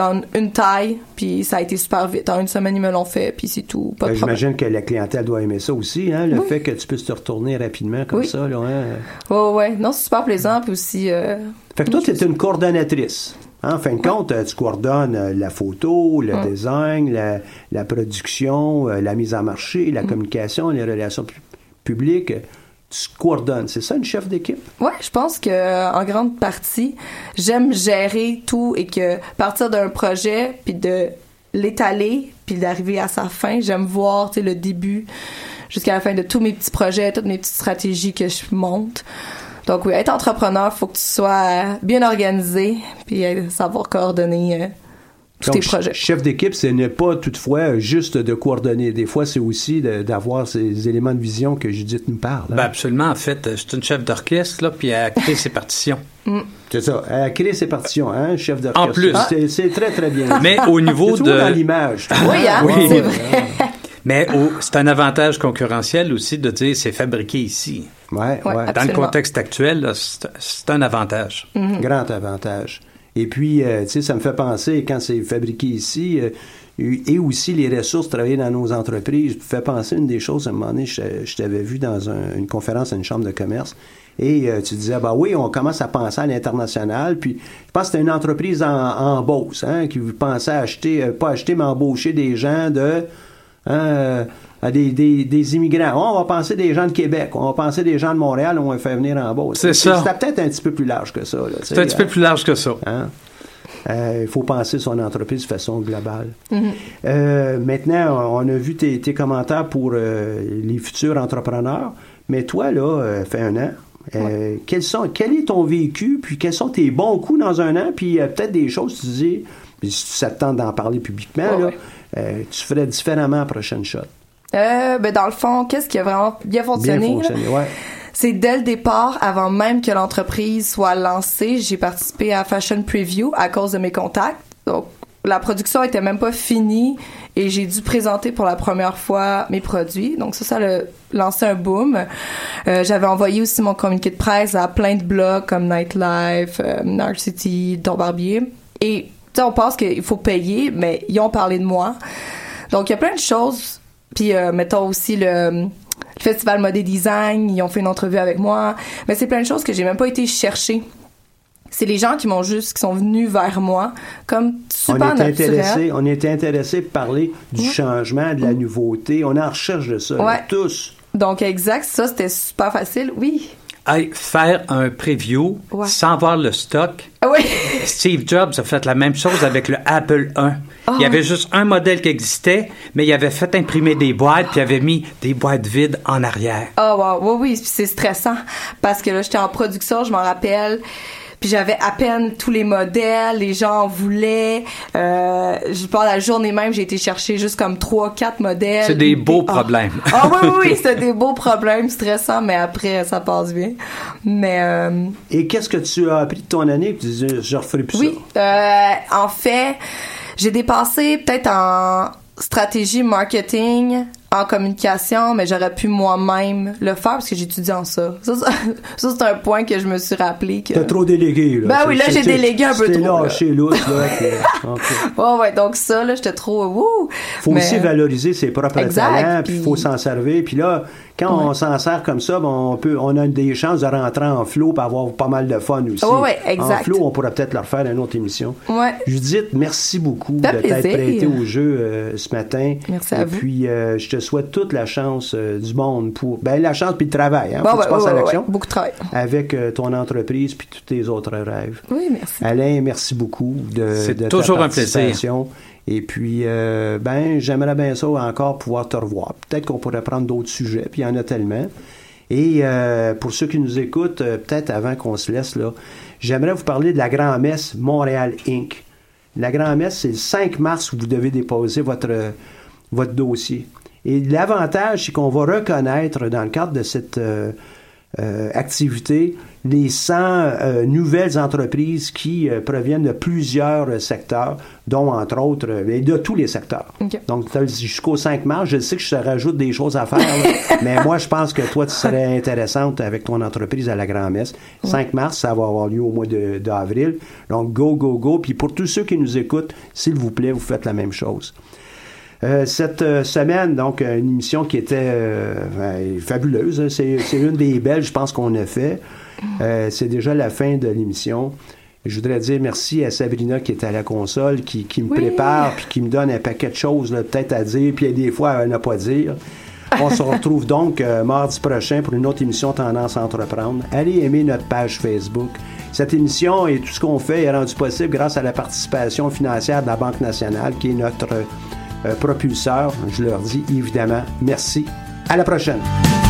dans une taille, puis ça a été super vite. En une semaine, ils me l'ont fait, puis c'est tout. Pas de ben, problème. J'imagine que la clientèle doit aimer ça aussi, hein, le oui. fait que tu puisses te retourner rapidement comme oui. ça. Là, hein. Ouais, ouais. Non, c'est super plaisant, puis aussi... Euh, fait que toi, tu es une coordonnatrice. Hein, en fin de oui. compte, tu coordonnes euh, la photo, le mm. design, la, la production, euh, la mise en marché, la mm. communication, les relations pu- publiques. Tu coordonnes. C'est ça, une chef d'équipe? Ouais, je pense que en grande partie, j'aime gérer tout et que partir d'un projet, puis de l'étaler, puis d'arriver à sa fin, j'aime voir, tu sais, le début jusqu'à la fin de tous mes petits projets, toutes mes petites stratégies que je monte. Donc oui, être entrepreneur, faut que tu sois bien organisé, puis savoir coordonner euh, tous Donc, tes projets. Chef d'équipe, ce n'est pas toutefois juste de coordonner. Des fois, c'est aussi de, d'avoir ces éléments de vision que Judith nous parle. Hein? Ben absolument. En fait, c'est une chef d'orchestre, là, puis elle crée ses partitions. Mm. C'est ça. Elle crée ses partitions, hein, chef d'orchestre. En plus. C'est, c'est très, très bien. Mais au niveau c'est de... dans l'image. Oui, hein, oui. c'est vrai. Mais au, c'est un avantage concurrentiel aussi de dire c'est fabriqué ici. Ouais, ouais, ouais. Dans le contexte actuel, là, c'est, c'est un avantage. Mm-hmm. Grand avantage. Et puis, euh, tu sais, ça me fait penser, quand c'est fabriqué ici, euh, et aussi les ressources travaillées dans nos entreprises, me fait penser une des choses, à un moment donné, je, je t'avais vu dans un, une conférence à une chambre de commerce, et euh, tu disais, bah oui, on commence à penser à l'international, puis je pense que c'était une entreprise en, en Beauce, hein, qui pensait à acheter, euh, pas acheter, mais embaucher des gens de... Hein, euh, à des, des, des immigrants. Oh, on va penser des gens de Québec, on va penser des gens de Montréal, on va faire venir en Beauce. C'est, c'est ça. C'était peut-être un petit peu plus large que ça. Là, c'est un petit peu plus large que ça. Hein? Euh, il faut penser son entreprise de façon globale. Mm-hmm. Euh, maintenant, on a vu tes, tes commentaires pour euh, les futurs entrepreneurs, mais toi, là, euh, fait un an, euh, ouais. quels sont, quel est ton vécu, puis quels sont tes bons coups dans un an, puis euh, peut-être des choses, tu dis, puis si tu s'attends d'en parler publiquement, ouais, là, ouais. Euh, tu ferais différemment la prochaine shot. Euh, ben dans le fond, qu'est-ce qui a vraiment bien fonctionné? Bien fonctionné, ouais. C'est dès le départ, avant même que l'entreprise soit lancée, j'ai participé à Fashion Preview à cause de mes contacts. Donc, la production était même pas finie et j'ai dû présenter pour la première fois mes produits. Donc ça, ça a lancé un boom. Euh, j'avais envoyé aussi mon communiqué de presse à plein de blogs comme Nightlife, euh, Narcity, Don Barbier. Et tu sais, on pense qu'il faut payer, mais ils ont parlé de moi. Donc il y a plein de choses. Puis, euh, mettons aussi le, le Festival Mode et Design, ils ont fait une entrevue avec moi. Mais c'est plein de choses que j'ai même pas été chercher. C'est les gens qui m'ont juste, qui sont venus vers moi, comme super on est naturel. Intéressé, on était intéressés par parler du ouais. changement, de la nouveauté. On est en recherche de ça, ouais. là, tous. Donc, exact, ça, c'était super facile, oui. Hey, faire un preview ouais. sans voir le stock. Oui. Steve Jobs a fait la même chose avec le Apple un. Oh. Il y avait juste un modèle qui existait, mais il avait fait imprimer des boîtes, puis il avait mis des boîtes vides en arrière. Oh wow, oui, oui, c'est stressant parce que là, j'étais en production, je m'en rappelle. Puis j'avais à peine tous les modèles, les gens en voulaient. Euh, je parle la journée même, j'ai été chercher juste comme trois, quatre modèles. C'est des beaux oh. problèmes. Ah oh, oui, oui, oui, c'est des beaux problèmes stressants, mais après, ça passe bien. Mais euh... Et qu'est-ce que tu as appris de ton année? Tu disais, je referai plus oui, ça. Oui, euh, en fait, j'ai dépassé peut-être en stratégie marketing, en communication, mais j'aurais pu moi-même le faire parce que j'étudiais en ça. Ça, ça, ça c'est un point que je me suis rappelé que... T'as trop délégué, là. Ben oui, là, j'ai délégué un peu trop. T'es lâché l'autre, là. Okay. Ouais, ouais, donc ça, là, j'étais trop... Wouh! Faut mais... aussi valoriser ses propres exact, talents, puis il faut s'en servir. Puis là, quand ouais. on s'en sert comme ça, ben on peut, on a des chances de rentrer en flow et avoir pas mal de fun aussi. Ouais, ouais, exact. En flow, on pourrait peut-être leur faire une autre émission. Ouais. Judith, merci beaucoup de t'être prêtée au jeu euh, ce matin. Merci à et vous. Et puis, euh, je te souhaite toute la chance euh, du monde pour... Ben, la chance puis le travail, hein. Bon, faut ouais, que tu passes ouais, à l'action. Ouais, beaucoup de travail. Avec euh, ton entreprise puis tous tes autres rêves. Oui, merci. Alain, merci beaucoup de, C'est de toujours ta un plaisir. Et puis, euh, ben, j'aimerais bien ça encore pouvoir te revoir. Peut-être qu'on pourrait prendre d'autres sujets, puis il y en a tellement. Et euh, pour ceux qui nous écoutent, euh, peut-être avant qu'on se laisse, là, j'aimerais vous parler de la Grand-Messe Montréal Incorporée. La Grand-Messe, c'est le cinq mars où vous devez déposer votre, votre dossier. Et l'avantage, c'est qu'on va reconnaître, dans le cadre de cette, euh, euh, activités, les cent euh, nouvelles entreprises qui euh, proviennent de plusieurs euh, secteurs, dont entre autres, euh, et de tous les secteurs. Okay. Donc, jusqu'au cinq mars, je sais que je te rajoute des choses à faire, là, mais moi, je pense que toi, tu serais intéressante avec ton entreprise à la Grand-Messe. Ouais. cinq mars, ça va avoir lieu au mois de, d'avril. Donc, go, go, go. Puis pour tous ceux qui nous écoutent, s'il vous plaît, vous faites la même chose. Euh, cette euh, semaine, donc, une émission qui était euh, euh, fabuleuse. Hein. C'est, c'est une des belles, je pense, qu'on a fait. Euh, c'est déjà la fin de l'émission. Je voudrais dire merci à Sabrina qui est à la console, qui, qui me oui. prépare, puis qui me donne un paquet de choses, là, peut-être à dire, puis des fois à ne pas dire. On se retrouve donc euh, mardi prochain pour une autre émission Tendance à entreprendre. Allez aimer notre page Facebook. Cette émission et tout ce qu'on fait est rendu possible grâce à la participation financière de la Banque nationale, qui est notre euh, propulseur. Je leur dis évidemment merci. À la prochaine.